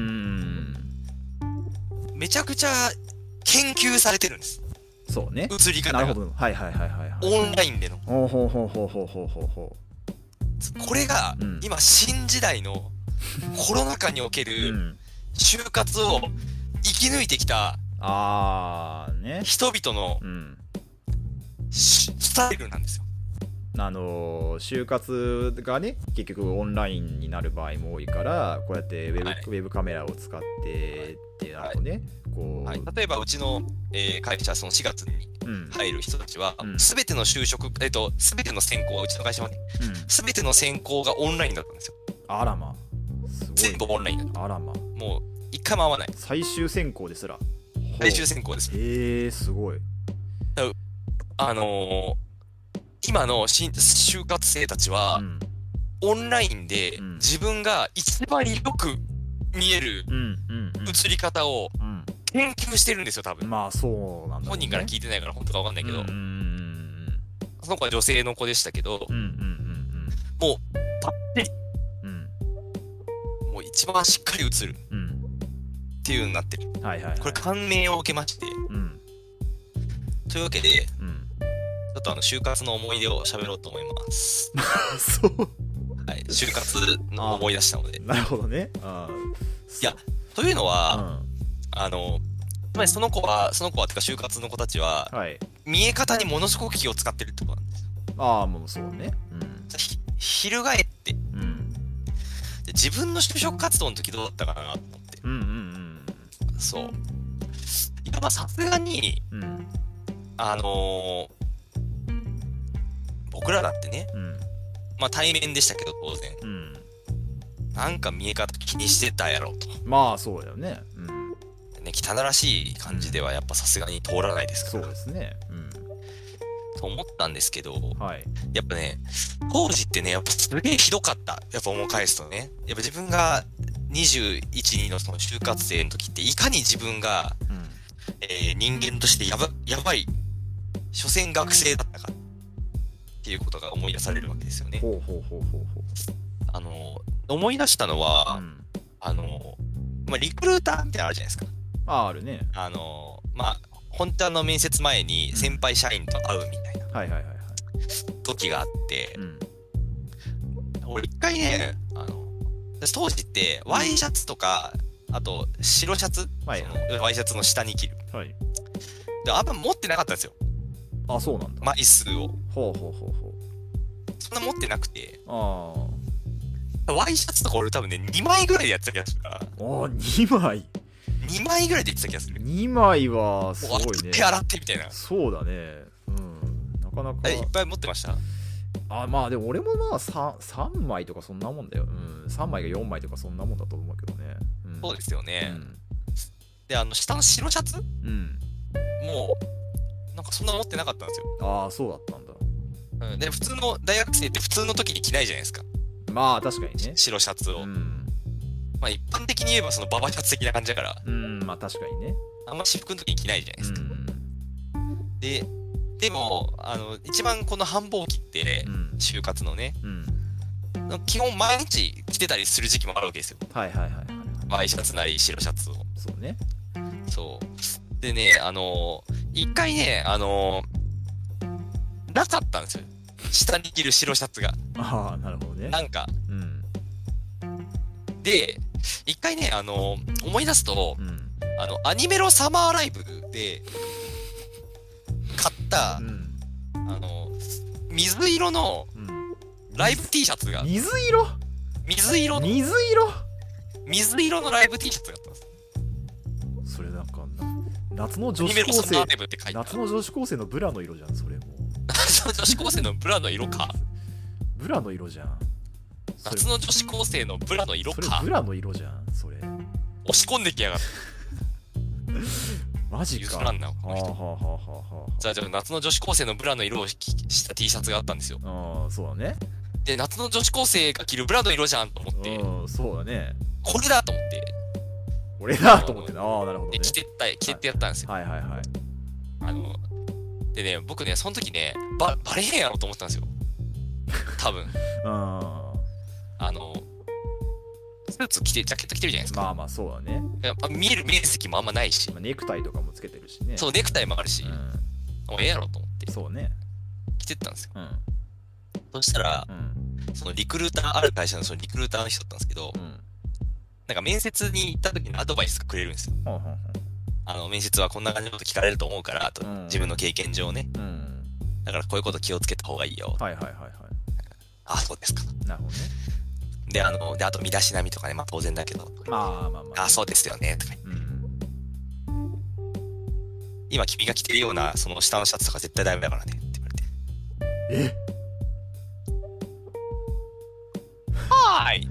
めちゃくちゃ研究されてるんです。 そうね。 映り方が。 なるほど。はいはいはいはいはい。 オンラインでの。 ほうほうほうほうほうほうほうほこれがうん、 今、新時代のコロナ禍におけう。うるん。 就活を生き抜いてきたあーね。 人々のうん。 スタイルなんですよ。 就活がね、結局オンラインになる場合も多いから、こうやってはいウェブカメラを使ってってなるとね、こう、 はい、例えばうちの、会社、その4月にうん。 入る人たちはうん、 すべての就職、すべての選考は、うちの会社はね、 うん。 すべての選考がオンラインだったんですよ。 あらま。すごい、 全部オンラインだった。 あらま。 もう、一回も会わない。 最終選考ですら。 最終選考です。 へえ、すごい。 あのー今の就活生たちは、 うん。 オンラインでうん自分が一番よく見えるうん。うん。 映り方をうん。 研究してるんですよ、多分。 まあ、そうなんだろうね。 本人から聞いてないから本当かわかんないけど、 うんうんその子は女性の子でしたけど、 うんうん。うんうんもう、バッテリうんもう一番しっかり映るうん。うん。 っていうようになってる。 はいはいはい。 これ感銘を受けまして、 うん。 というわけで、 うん。 ちょっと就活の思い出を喋ろうと思います。 そう。 はい。就活の思い出したので。 なるほどね。あいや、というのあ。 は、つまりその子はってか就活の子たちは、 うん。はい。 見え方にものすごく気を使ってるってことなんですよ。 ああ、もうそうね。 翻ってうん。うん。 で、自分の就職活動の時どうだったかなと思って。 うんうんそう。いや、まあさすがに、 うん。うん。 僕らだってね、 うん。 まあ対面でしたけど当然、 うん。 なんか見え方気にしてたやろと。 まあ、そうだよね。うん。 ね、汚らしい感じではやっぱさすがに通らないですかそうら。 ですね。うん。 と思ったんですけど、 はい。 やっぱね、当時ってね、やっぱすげえひどかった。やっぱ思い返すとね。やっぱ自分が21、2のその就活生の時って、いかに自分が、 うん。 人間としてやばい、所詮学生だったかっていうことが思い出されるわけですよね。 ほうほうほうほう思い出したのほう。 は、 ん。 まあ、リクルーターみたいなのあるじゃないですか。 あ、あるね。 まあ、本当は面接前に先輩社員と会うみたいなはいはいはいはい。 時があってう、ん。 俺一回ね、私当時ってワイシャツとか、あと白シャツ、 はいはいそのワイシャツの下に着る。 はい。 で、あんま持ってなかったんですよ。 あ、そうなんだ。 枚数を。 ほうほうほうほそんな持ってなくて、 う。あワイシャツとか俺多分ね、2枚ぐらいでやってた気がするから、 あ。2枚。 2枚ぐらいでやってた気がする。 2 枚はすもうごいね。 手洗ってみたいな。 そうだね。うん。なかなか。 いっぱい持ってました？ あ、まあでも俺もまあ 3枚とかそんなもんだよ。うん。3枚が4枚とかそんなもんだと思うけどね。うん。 そうですよね。 うん。 で、下の白シャツうん。 もう、なんかそんな持ってなかったんですよ。 ああ、そうだったんだ。 うん、で、普通の大学生って普通の時に着ないじゃないですか。 まあ確かにね。 白シャツを。 うん。 まあ一般的に言えばそのババシャツ的な感じだから、 うん、まあ確かにね。 あんま私服の時に着ないじゃないでうすか。 ん。 でも、一番この繁忙期ってう、ん。 就活のね、 うん。 基本毎日着てたりする時期もあるわけですよ。 はいはいはいはい。 ワイシャツなり白シャツを。 そうね。 そう。でね、一回ね、なかったんですよ。下に着る白シャツが。 ああ、なるほどね。 なんか。 うん。 で、一回ね、思い出すとう、ん。 アニメロサマーライブで、買ったう、ん。 水色のうん。 ライブ T シャツが、 水色水色の、 水色水色のライブ T シャツがあったんです。 それなんか夏のア女子高ニメロサマー生ライブって書いてある。 夏の女子高生のブラの色じゃんそれも夏の女子高生のブラの色か。 ブラの色じゃんそれ夏の女子高生のブラの色それかブ。ラの色じゃんそれ押し込んできやがって。 マジか譲らんな、この人。 はあはあはあはじゃあ、夏の女子高生のブラの色をした T シャツがあったんですよ。 あはああそうだねで、夏の女子高生が着るブラの色じゃんと思って、 うんそうだねこれだと思って、 俺だと思ってなああなるほどで、 ね着てってやったんですよ。 はいはいはいでね、僕ね、その時ね、バレへんやろと思ったんですよ。多分。スーツ着て、ジャケット着てるじゃないですか。 まあまあそうだね。 やっぱ見える面積もあんまないし。 まあ、ネクタイとかもつけてるしね。 そう、ネクタイもあるし。もうええやろと思って。 そうね。 着てったんですよ。そしたら、そのリクルーター、ある会社のそのリクルーターの人だったんですけど、なんか面接に行った時にアドバイスがくれるんですよ。面接はこんな感じのこと聞かれると思うから、と、自分の経験上ね。だからこういうこと気をつけた方がいいよ。あ、そうですか。 なるほどね。 で、あと身だしなみとかね、まあ当然だけど。あ、そうですよね、とか。今君が着てるような、その下のシャツとか絶対ダメだからね、って言われて。はーい。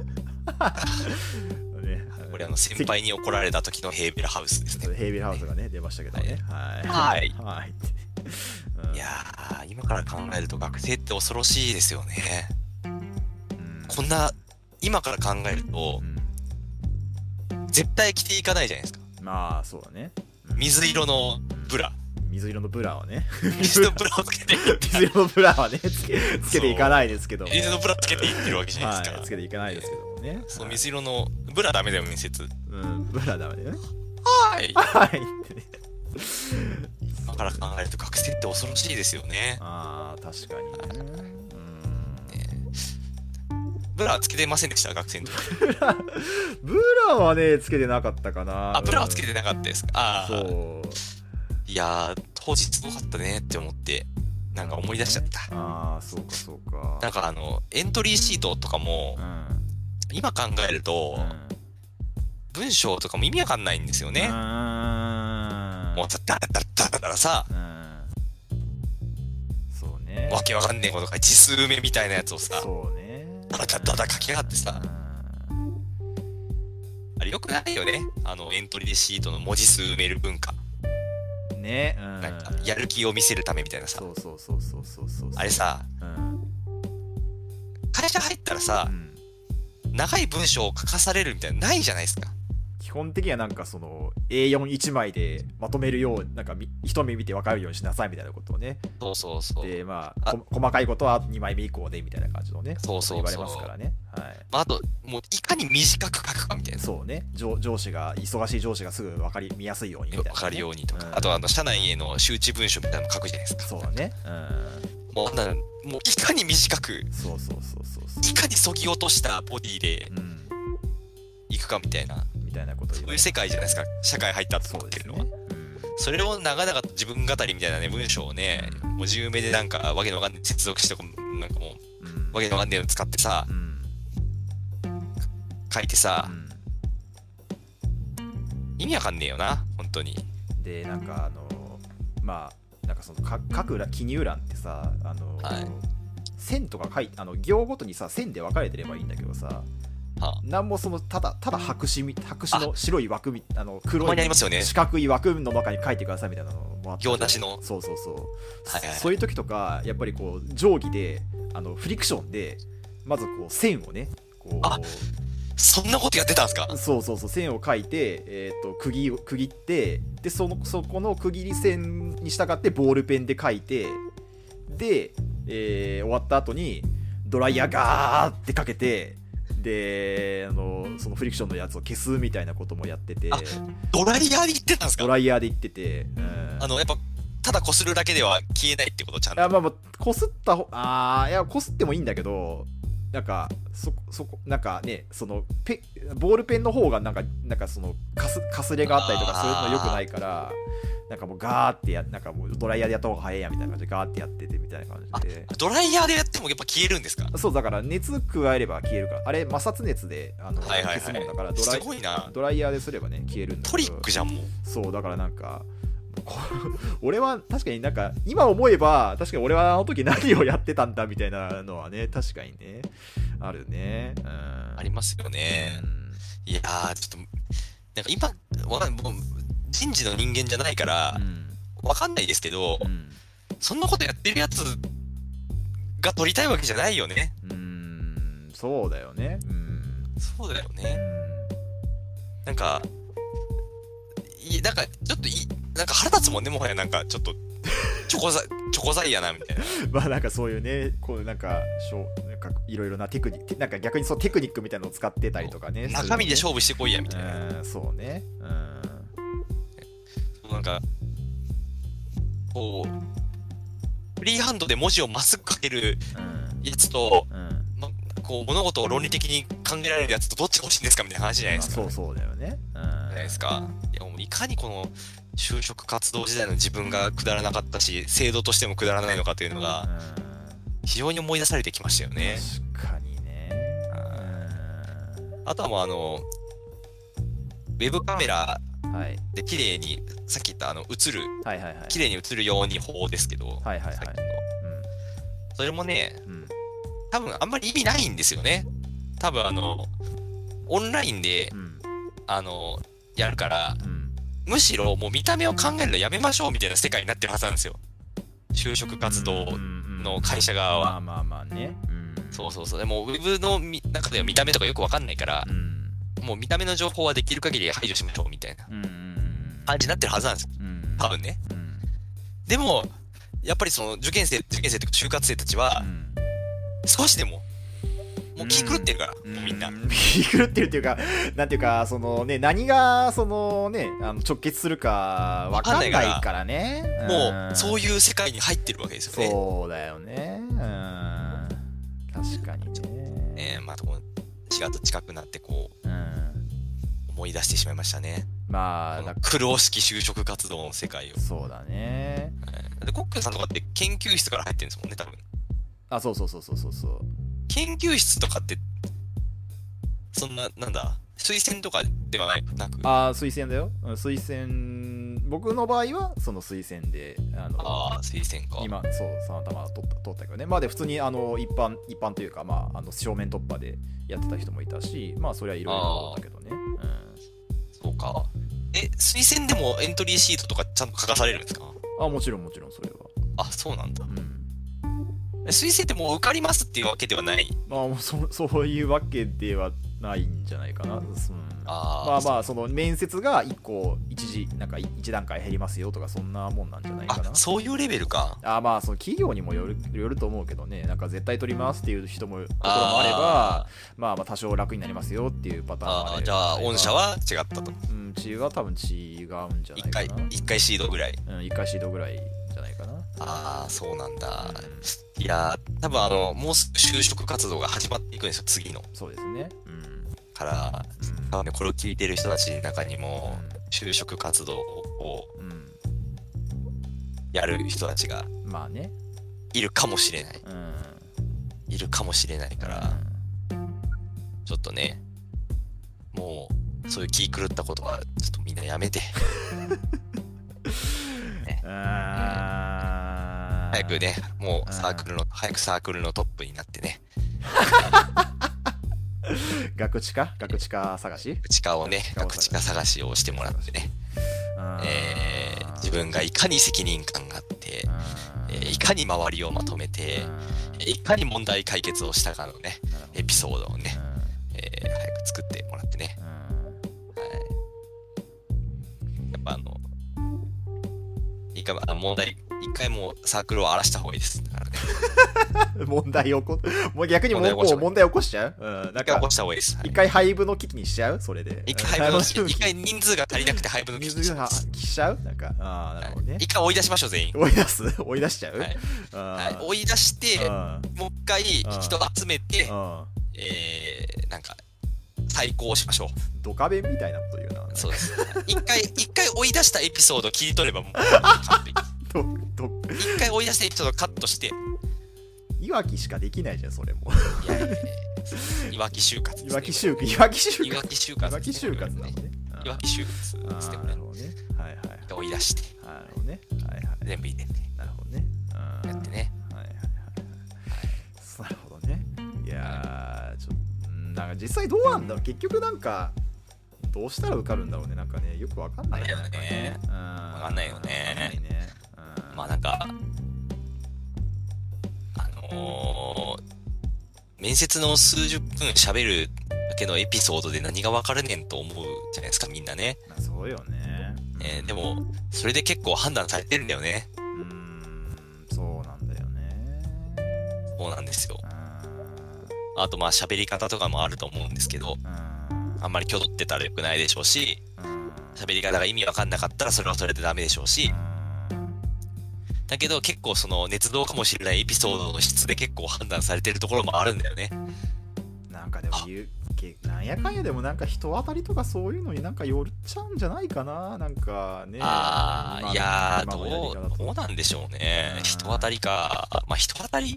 これ先輩に怒られた時のヘイベルハウスですね。 ヘイベルハウスがね、出ましたけどね。 はい。いやー、今から考えると学生って恐ろしいですよね。こんな、今から考えると、絶対着ていかないじゃないですか。 まあ、そうだね。 水色のブラ。 水色のブラをね。 水色のブラをつけて。 水色のブラはね、つけていかないですけども。 水色のブラつけていってるわけじゃないですか。 つけていかないですけどもね。 そう、水色の、ブラダメだよ、面接。 ブラダメだよね。 はーい。 はい。ってね。 今から考えると学生って恐ろしいですよね。 ああ、確かにね。 ブラつけてませんでした、学生の時。 ブラはね、つけてなかったかな。 あ、ブラはつけてなかったですか。ああ。 そう。 いやー、当時すごかったねって思って、なんか思い出しちゃった。 ああ、そうかそうか。 なんかエントリーシートとかも、今考えると、文章とかも意味わかんないんですよね。もうだらさ、 そうね。 わけわかんねえことか、字数埋めみたいなやつをさ、 そうね。 だ書きやがってさ、あれよくないよね。エントリーシートの文字数埋める文化。 ね。 なんか、やる気を見せるためみたいなさ。 そう。 あれさ、会社入ったらさ、長い文章を書かされるみたいなのないじゃないですか。 基本的にはなんかその A41 枚でまとめるよう、なんか一目見て分かるようにしなさいみたいなことをね。 そう。 で、まあ、細かいことは2枚目以降でみたいな感じのね。言われますからね。はい。 あと、もういかに短く書くかみたいな。 そうね。忙しい上司がすぐ見やすいようにみたいな。 分かるようにとか。あと社内への周知文書みたいなの書くじゃないですか。 そうだね。 もういかに短く。 そう。 いかにそぎ落としたボディで、いくかみたいな。 ことそういう世界じゃないですか、社会入ったと思ってるのは。それを長々と自分語りみたいなね、文章をね、もう10名でなんかわけのわかんない接続してなんかもう、わけのわかんないの使ってさ、書いてさ、意味わかんねえよな、本当に。 で、なんかまあ、なんかその各記入欄ってさ、線とか行ごとにさ、線で分かれてればいいんだけどさ、なんもただ白紙の白い枠黒い四角い枠の中に書いてくださいみたいなのもあって、 行なしの。 そういう時とかやっぱりこう定規でフリクションでまずこう線をね、こうそんなことやってたんですか。 そう線を書いて、区切って、でそこの区切り線に従ってボールペンで書いて、で、終わった後にドライヤーガーってかけて、でそのフリクションのやつを消すみたいなこともやってて。 ドライヤーで言ってたんですか。 ドライヤーで言ってて、 やっぱただ擦るだけでは消えないってことちゃんと。 まあ擦ったいや擦ってもいいんだけど、なんかなんかね、ボールペンの方がなんかそのかすれがあったりとか、そういうの良くないから、なんかもうガーってなんかもうドライヤーでやった方が早いやみたいな感じでガーってやっててみたいな感じで。 ドライヤーでやってもやっぱ消えるんですか。 そうだから、熱加えれば消えるから、あれ摩擦熱で消すもんだから、 すごいな。 ドライヤーですればね消えるんだけど。 トリックじゃんもう。 そうだからなんか俺は確かになんか今思えば、確かに俺はあの時何をやってたんだみたいなのはね、確かにねあるね。 ありますよね。いやー、ちょっとなんか今もう人事の人間じゃないからわかんないですけど、そんなことやってるやつが取りたいわけじゃないよね。 そうだよね。 そうだよね。なんかちょっとなんか腹立つもんね、もはやなんかちょっとチョコザイやなみたいな。 まあなんかそういうね、こうなんかいろいろなテクニック、なんか逆にそうテクニックみたいなのを使ってたりとかね。 中身で勝負してこいやみたいな。 そうね。 なんかこうフリーハンドで文字をまっすぐ書けるやつと、こう物事を論理的に考えられるやつとどっちが欲しいんですかみたいな話じゃないですか。 そうだよね。 じゃないですか。いやもういかにこの就職活動時代の自分がくだらなかったし、制度としてもくだらないのかというのが非常に思い出されてきましたよね。 確かにね。 あとはもうウェブカメラで綺麗に、さっき言った映る、綺麗に映るように法ですけど、さっきの、それもね、多分あんまり意味ないんですよね。多分オンラインで、やるから、むしろもう見た目を考えるのやめましょうみたいな世界になってるはずなんですよ。就職活動の会社側は。 まあね。 そう。でもウェブの中では見た目とかよくわかんないから、もう見た目の情報はできる限り排除しましょうみたいな感じになってるはずなんですよ。多分ね。でも、やっぱりその受験生というか就活生たちは、少しでも、もう気狂ってるから、もうみんな。 気狂ってるっていうか、なんていうか、そのね、何が、そのね、直結するかわかんないからね。 もう、そういう世界に入ってるわけですよね。 そうだよね。確かにね。 まあ、違うと近くなってこう、思い出してしまいましたね。 まあ、 苦労式就職活動の世界を。 そうだね。 で、コックさんとかって研究室から入ってるんですもんね、多分。 そう。 研究室とかって、そんな、なんだ、推薦とかではなく。 推薦だよ。推薦、僕の場合は、その推薦で、 推薦か。 今、そう、その頭取ったけどね。まあで、普通に、一般というか、まあ、正面突破でやってた人もいたし、まあ、それはいろいろだったけどね。 そうか。推薦でもエントリーシートとかちゃんと書かされるんですか？ もちろん、それは。 そうなんだ。推薦ってもう受かりますっていうわけではない？ もうそういうわけではないんじゃないかな。まあその面接が一段階減りますよとか、そんなもんなんじゃないかな。 そういうレベルか。 まあその企業にもよると思うけどね。なんか絶対取りますっていうところもあれば、まあ多少楽になりますよっていうパターンもあれば。 じゃあ御社は違ったと。 うちは多分違うんじゃないかな。 一回シードぐらい。 1回シードぐらいじゃないかな。 そうなんだ。いや多分もうすぐ就職活動が始まっていくんですよ、次の。 そうですね。 から、多分ね、これを聞いてる人たちの中にも、就職活動をやる人たちが、 まあね、 いるかもしれない。いるかもしれないから、ちょっとね、もう、そういう気狂ったことは、ちょっとみんなやめて。早くね、もう早くサークルのトップになってね。 ガクチカ探し？ ガクチカをね、ガクチカ探しをしてもらってね。自分がいかに責任感があって、いかに周りをまとめて、いかに問題解決をしたかのね、エピソードをね、早く作ってもらってね。やっぱ一回もうサークルを荒らした方がいいです。だからね、 もう逆に問題起こしちゃう？ 一回起こした方がいいです。 一回廃部の危機にしちゃう？それで。 一回人数が足りなくて廃部の危機にしちゃう？なんか、なるほどね。 一回追い出しましょう、全員。 追い出しちゃう？ 追い出して、もう一回人集めて、なんか、再考しましょう。 ドカベンみたいなこと言うな。 そうです。一回追い出したエピソードを切り取ればもう完璧。一回追い出したエピソードをカットして。 いわきしかできないじゃん、それも。 いわき就活。 いわき就活。 いわき就活。 いわき就活なのね。 いわき就活ですね。 なるほどね。 追い出して。 なるほどね。 全部入れて。 なるほどね。 やってね。 なるほどね。いやちょっと、なんか実際どうなんだろう。結局なんか、どうしたら受かるんだろうね。なんかね、よくわかんないよね。 わかんないよね。まあなんか、面接の数十分喋るだけのエピソードで何がわかるねんと思うじゃないですか、みんなね。 そうよね。 でも、それで結構判断されてるんだよね。 そうなんですよ。 うあとまあ喋り方とかもあると思うんですけど、 んあんまり挙動ってたら良くないでしょうし、 うん喋り方が意味わかんなかったらそれはそれでダメでしょうし、だけど結構その捏造かもしれないエピソードの質で結構判断されてるところもあるんだよね。 なんかでもなんやかんやでもなんか人当たりとかそういうのになんかよっちゃうんじゃないかな、なんかね。 いやー、 今のやり方とどうなんでしょうね。 うん人当たりか。まあ人当たり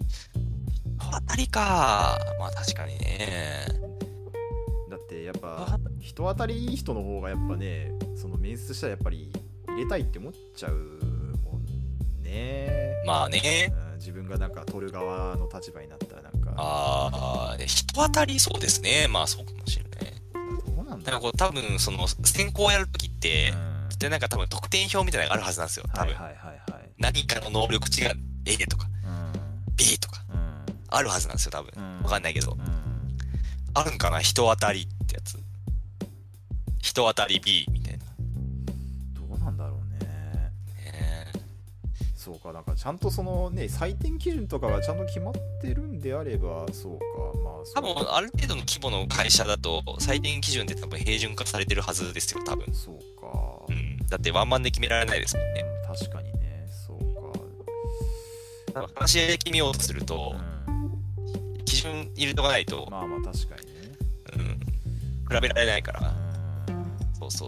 か。まあ確かにね。 だってやっぱ人当たりいい人の方がやっぱね、その面接したらやっぱり入れたいって思っちゃうもんね。 まあね。 自分がなんか取る側の立場になったらなんか人当たりそうですね。まあそうかもしれない。 どうなんだろう。 なんかこう多分その選考やるときって、 うんでなんか多分得点表みたいなのがあるはずなんですよ。多分。 はいはいはいはい。 何かの能力値が A とかうん B とかうんあるはずなんですよ。多分。 うんわかんないけど。 うんあるんかな人当たりってやつ。人当たり B みたいな。 どうなんだろうね。そうか、なんかちゃんとそのね、採点基準とかがちゃんと決まってるんであれば、そうか、まあそう多分ある程度の規模の会社だと採点基準って多分平準化されてるはずですよ。多分。 そうか、 だってワンマンで決められないですもんね。 確かにね、そうか。 話し合いで決めようとすると、基準入れとかないと、 まあまあ確かにね。 比べられないかうら。 んそう。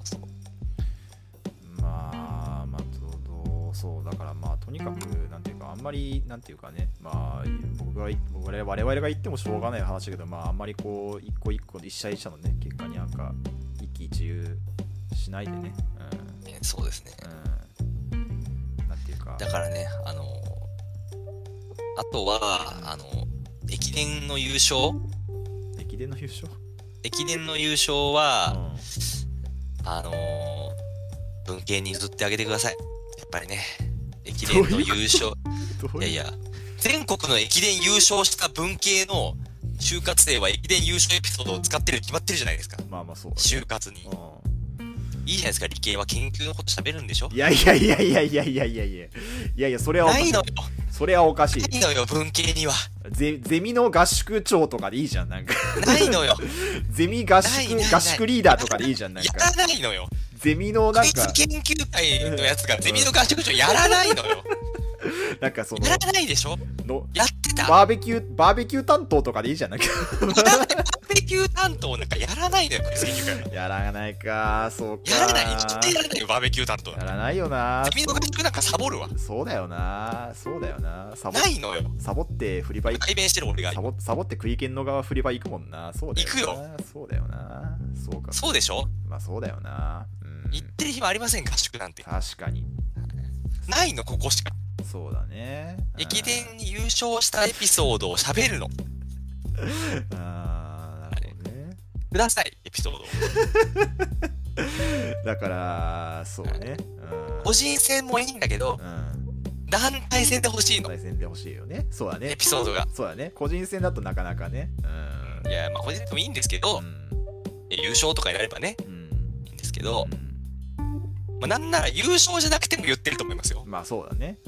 まあそうだからまあとにかくなんていうかあんまりなんていうかね、まあ我々が言ってもしょうがない話だけど、まああんまりこう一個一個一社一社のね結果になんか一喜一憂しないでね、 そうですね。 なんていうかだからね、あとは、駅伝の優勝駅伝の優勝、 は、文系に譲ってあげてください。やっぱりね、駅伝の優勝。いやいや、全国の駅伝優勝した文系の就活生は駅伝優勝エピソードを使ってるに決まってるじゃないですか。 まあまあそうだね、 就活に。いいじゃないですか、理系は研究のこと喋るんでしょ。 いやそれはおかしい。 ないのよ。 それはおかしい。 ないのよ、文系には。 ゼミの合宿長とかでいいじゃん、なんかないのよ。 ゼミ合宿リーダーとかでいいじゃん、なんやからないのよ。 ゼミのなんかクイズ研究会のやつがゼミの合宿長やらないのよ。 なんかそのやらないでしょ。 のやってた。 バーベキュー担当とかでいいじゃん、なんかバーベキュー担当なんかやらないのよ、クイズ研究会は。 やらないか、そうか。 やらない。絶対やらないよ、バーベキュー担当。 やらないよな。 ゼミの合宿なんかサボるわ。 そうだよな。 ないのよ。 サボって振り場行く。 改弁してる俺が。 サボって食い券の側振り場行くもんな。そうだよな。 行くよ。 そうだよな。そうか。 そうでしょ。 まあそうだよな。 行ってる暇ありません、合宿なんて。 確かに。 ないの、ここしか。 そうだね。 駅伝に優勝したエピソードを喋るの。 なるほどね。 ください、エピソードを。 だからそうね。 個人戦もいいんだけど、団体戦で欲しいの。 団体戦で欲しいよね。そうだね。 エピソードが。 そうだね。個人戦だとなかなかね。 いや、まあ個人戦でもいいんですけど、優勝とかになればね、いいんですけど、まあなんなら優勝じゃなくても言ってると思いますよ。 まあそうだね。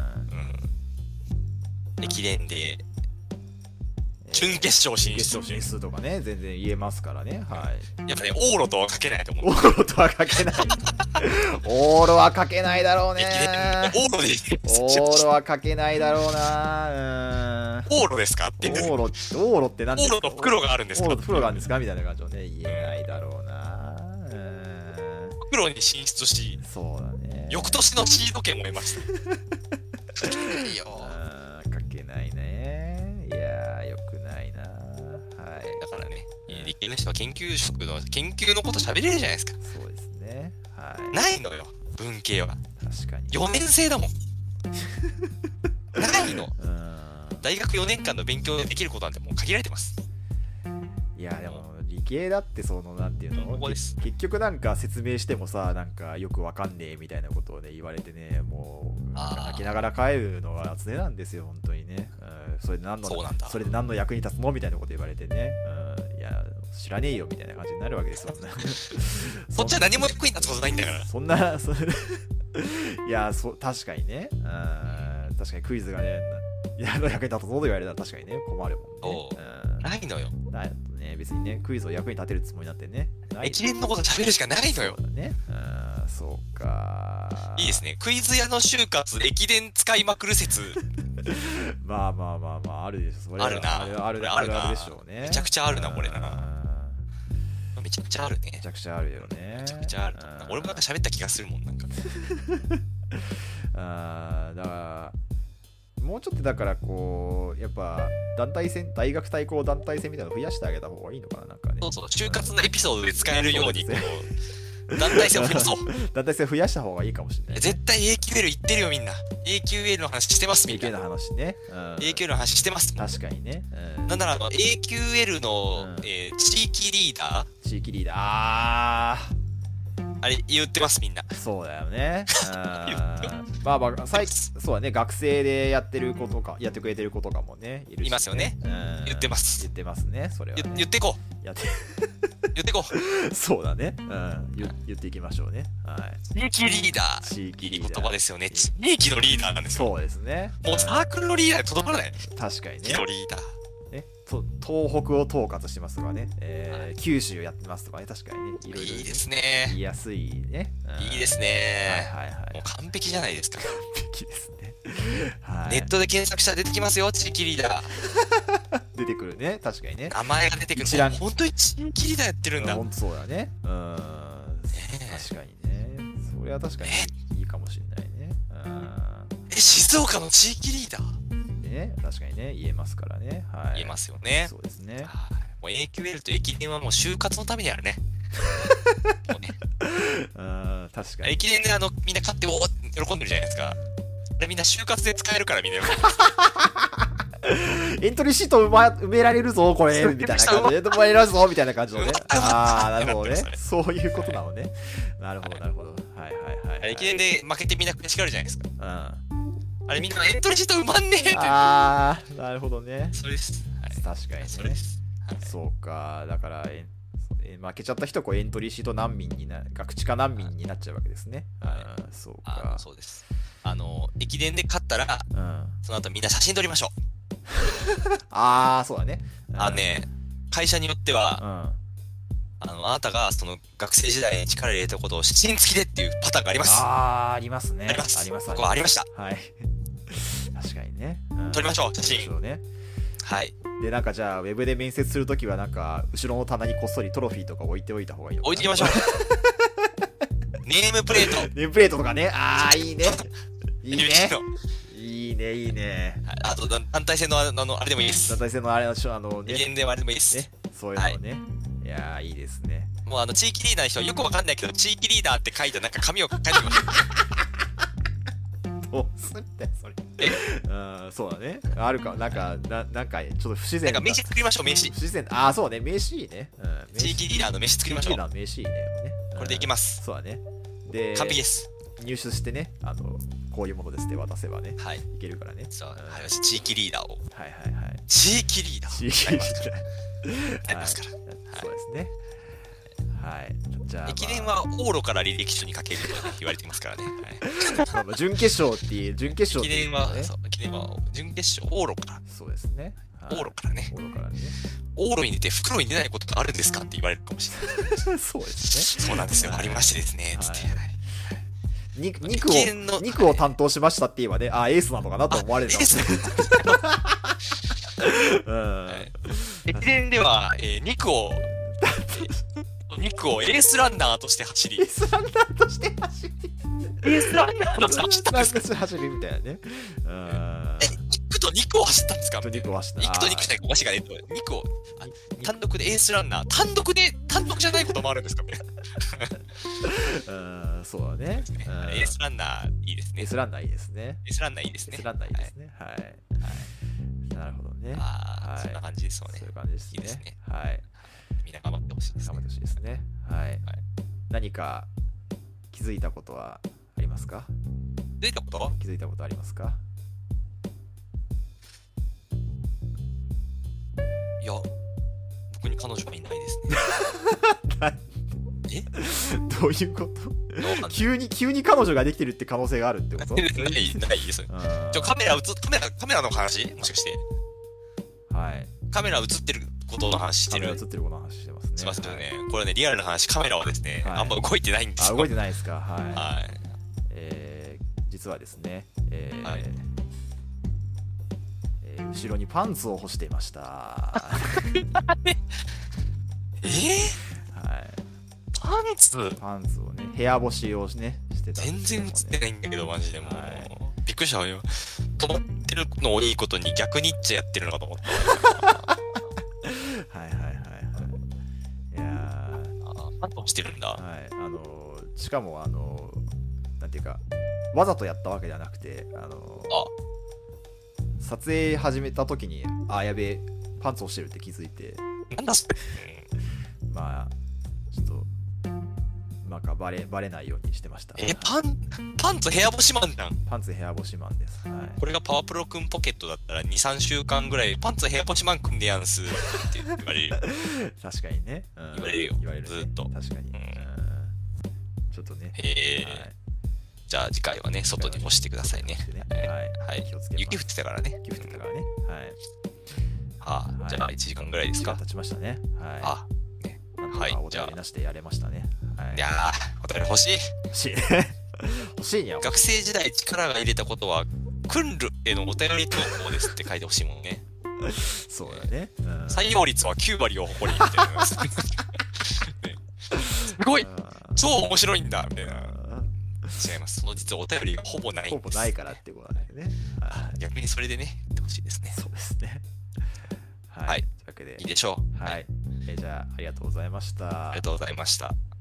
駅伝で準決勝進出とかね、全然言えますからね。はい。 やっぱね、往路とは書けないと思う。 往路とは書けない。往路は書けないだろうね。 往路で往路は書けないだろうな。 往路ですかって。 往路って何ですか。 往路と袋があるんですか。 往路と袋があるんですかみたいな感じをね、言えないだろうな。 袋に進出し、 そうだね。 翌年のシード権を得ました。書けないよ。 書けないね。いやー、よくないな。はい。 だからね、理系の人は研究のこと喋れるじゃないですか。 そうですね。はい。 ないのよ、文系は。 確かに。 4年生だもん。ないの。大学4年間の勉強でできることなんてもう限られてます。 いやでも理系だってそのなんていうの、結局なんか説明してもさ、なんかよくわかんねえみたいなことをね言われてね、もう泣きながら帰るのが常なんですよ、本当にね。それで何の役に立つのみたいなこと言われてね、いや知らねえよみたいな感じになるわけですよ。 そっちは何も役に立つことないんだから。 いや確かにね、確かにクイズがね矢の役に立つぞと言われたら確かにね、困るもんね。 ないのよ。 だよね、別にね、クイズを役に立てるつもりになってね。 駅伝のこと喋るしかないのよ。 そうだね。そうか。 いいですね。クイズ屋の就活、駅伝使いまくる説。 まあまあまあまあ、あるでしょ。それあるな。 あるでしょうね。 めちゃくちゃあるな、これな。めちゃくちゃあるね。 めちゃくちゃあるよね。 めちゃくちゃある。俺もなんか喋った気がするもん、なんか。 だから、もうちょっとだからこう、やっぱ団体戦、大学対抗団体戦みたいなの増やしてあげた方がいいのかな、なんかね。 そうそう、就活のエピソードで使えるように、団体戦を増やそう。 団体戦増やした方がいいかもしれない。 絶対 AQL 言ってるよ、みんな。AQL の話してます、みんな。 AQL の話ね。 AQL の話してます。 確かにね。 なんならAQL の地域リーダー。地域リーダー。 あれ言ってます、みんな。 そうだよね。まあまあ、そうだね、学生でやってる子とか、やってくれてる子とかもね、 いますよね。言ってます。 言ってますね、それは。 言っていこう。言っていこう。そうだね。言っていきましょうね。 地域リーダー。 地域リーダー。 いい言葉ですよね。地域のリーダーなんですよ。 そうですね。 もうサークルのリーダーでとどまらない。 確かにね。 地域のリーダー。 東北を統括してますとかね、九州をやってますとかね、確かにね、いろいろいいですね。 言いやすいね。 いいですね。 はいはいはい。 もう完璧じゃないですか。 完璧ですね。 ネットで検索したら出てきますよ、地域リーダー。 出てくるね、確かにね。 名前が出てくる。本当に地域リーダーやってるんだ。 本当そうだね。確かにね。それは確かにいいかもしれないね。 静岡の地域リーダー確かにね、言えますからね。 言えますよね。 そうですね。 もう AQL と駅伝はもう就活のためにあるね。 確かに。 駅伝でみんな勝って喜んでるじゃないですか。あれみんな就活で使えるからみんな喜んでる。 エントリーシート埋められるぞ、これみたいな感じで。埋められるぞみたいな感じのね。なるほどね。そういうことなのね。なるほど、なるほど。はいはいはい。 駅伝で負けてみんな悔しがるじゃないですか。あれみんなエントリーシート埋まんねえって。 なるほどね。 それです。 確かにね。それです。そうか。だから、負けちゃった人はエントリーシート難民に学知化難民になっちゃうわけですね。そうか。 そうです。駅伝で勝ったら、その後みんな写真撮りましょう。そうだね。 会社によっては、あなたがその学生時代に力入れたことを写真付きでっていうパターンがあります。 ありますね。 あります。 あります。 ここありました。 はい。確かにね。 撮りましょう、写真。はい。 で、なんかじゃあ、ウェブで面接するときは、なんか、後ろの棚にこっそりトロフィーとか置いておいた方がいいのかな。 置いてきましょう。ネームプレート。 ネームプレートとかね。いいね。いいね。いいね、いいね。 あと、団体戦のあれでもいいです。 団体戦のあれの、 駅伝でもあれでもいいです。 そういうのね。いやいいですね。 もう地域リーダーの人よくわかんないけど、地域リーダーって書いたなんか紙を書いてきました。 どうすんだよ、それ。そうだね。あるか、なんか、ちょっと不自然な。なんか名刺作りましょう、名刺。 不自然。そうね、名刺いいね。 地域リーダーの名刺作りましょう。 地域リーダーの名刺いいね。 これでいきます。 そうだね。で、 完璧です。 入手してね、こういうものですって渡せばね、いけるからね。 そう、地域リーダーを。 はいはいはい。 地域リーダー。 地域リーダー。 ありますから。 そうですね。はい。じゃあ、 駅伝は往路から履歴書に書けると言われていますからね。 準決勝っていう、準決勝駅伝は、準決勝、往路から。 そうですね。 往路からね。 往路からね。 往路に出て袋に出ないことがあるんですかって言われるかもしれない。 そうですね。 そうなんですよ。ありましてですね。つって。 肉を担当しましたって言えばね、エースなのかなと思われるかもしれない。 駅伝では、肉をエースランナーとして走り。 エースランナーとして走り。 エースランナーとして走ったんですか？ 走りみたいなね。 肉と肉を走ったんですか？ 肉を走った。 肉と肉じゃない、おかしがねえと。肉を、単独でエースランナー。単独じゃないこともあるんですかね。 そうだね。 エースランナーいいですね。 エースランナーいいですね。 エースランナーいいですね。 エースランナーいいですね。はい。なるほどね。 そんな感じですよね。 そういう感じですね。いいですね。はい。 みんな頑張ってほしいです。 頑張ってほしいですね。はい。何か気づいたことはありますか？ 気づいたことありますか？ いや、僕に彼女はいないですね。 どういうこと？ わかんない急に彼女ができてるって可能性があるってこと？ ないですよ。カメラの話もしかして。 はい。 カメラ映ってることの話してる。 カメラ映ってることの話してますね。 しますよね。これね、リアルな話、カメラはですね、あんま動いてないんですよ。 動いてないですか。はい。 はい。 実はですね、後ろにパンツを干していました。はい。 パンツをね、部屋干しをね、してたん全ですけどもね。 然映ってないんだけど、マジでもう。 はい、 びっくりしたわよ。止まってるのをいいことに逆にっちゃやってるのかと思った。 はい。いやー、パンツをしてるんだ。 はい。しかも、なんていうか、わざとやったわけじゃなくて、撮影始めた時に、やべえ、パンツをしてるって気づいて、 なんだそれ。 まあ、ちょっと、なんかバレないようにしてました。 パンツ部屋干しマンじゃん。 パンツ部屋干しマンです。はい。 これがパワプロくんポケットだったら2、3週間ぐらい、パンツ部屋干しマンくんでやんすって言われる。 確かにね。 言われるよ。 言われるね、 ずっと。 確かに。ちょっとね。 はい。じゃあ次回はね、外に干してくださいね。はい。 気をつけます。 雪降ってたからね。 雪降ってたからね。はい。 じゃあ1時間ぐらいですか。 経ちましたね。はい。はい。じゃあお便りなしでやれましたね。 いやー、お便り欲しい。 欲しいにゃ。 学生時代力が入れたことは、クンルへのお便り投稿ですって書いてほしいもんね。 そうだね。 採用率は9割を誇りみたいな。すごい超面白いんだみたいな。違います。その実はお便りがほぼないんです。 ほぼないからってことなんだよね。 逆にそれでね、言ってほしいですね。 そうですね。はい。というわけで。 いいでしょう。 はい。じゃあ、ありがとうございました。 ありがとうございました。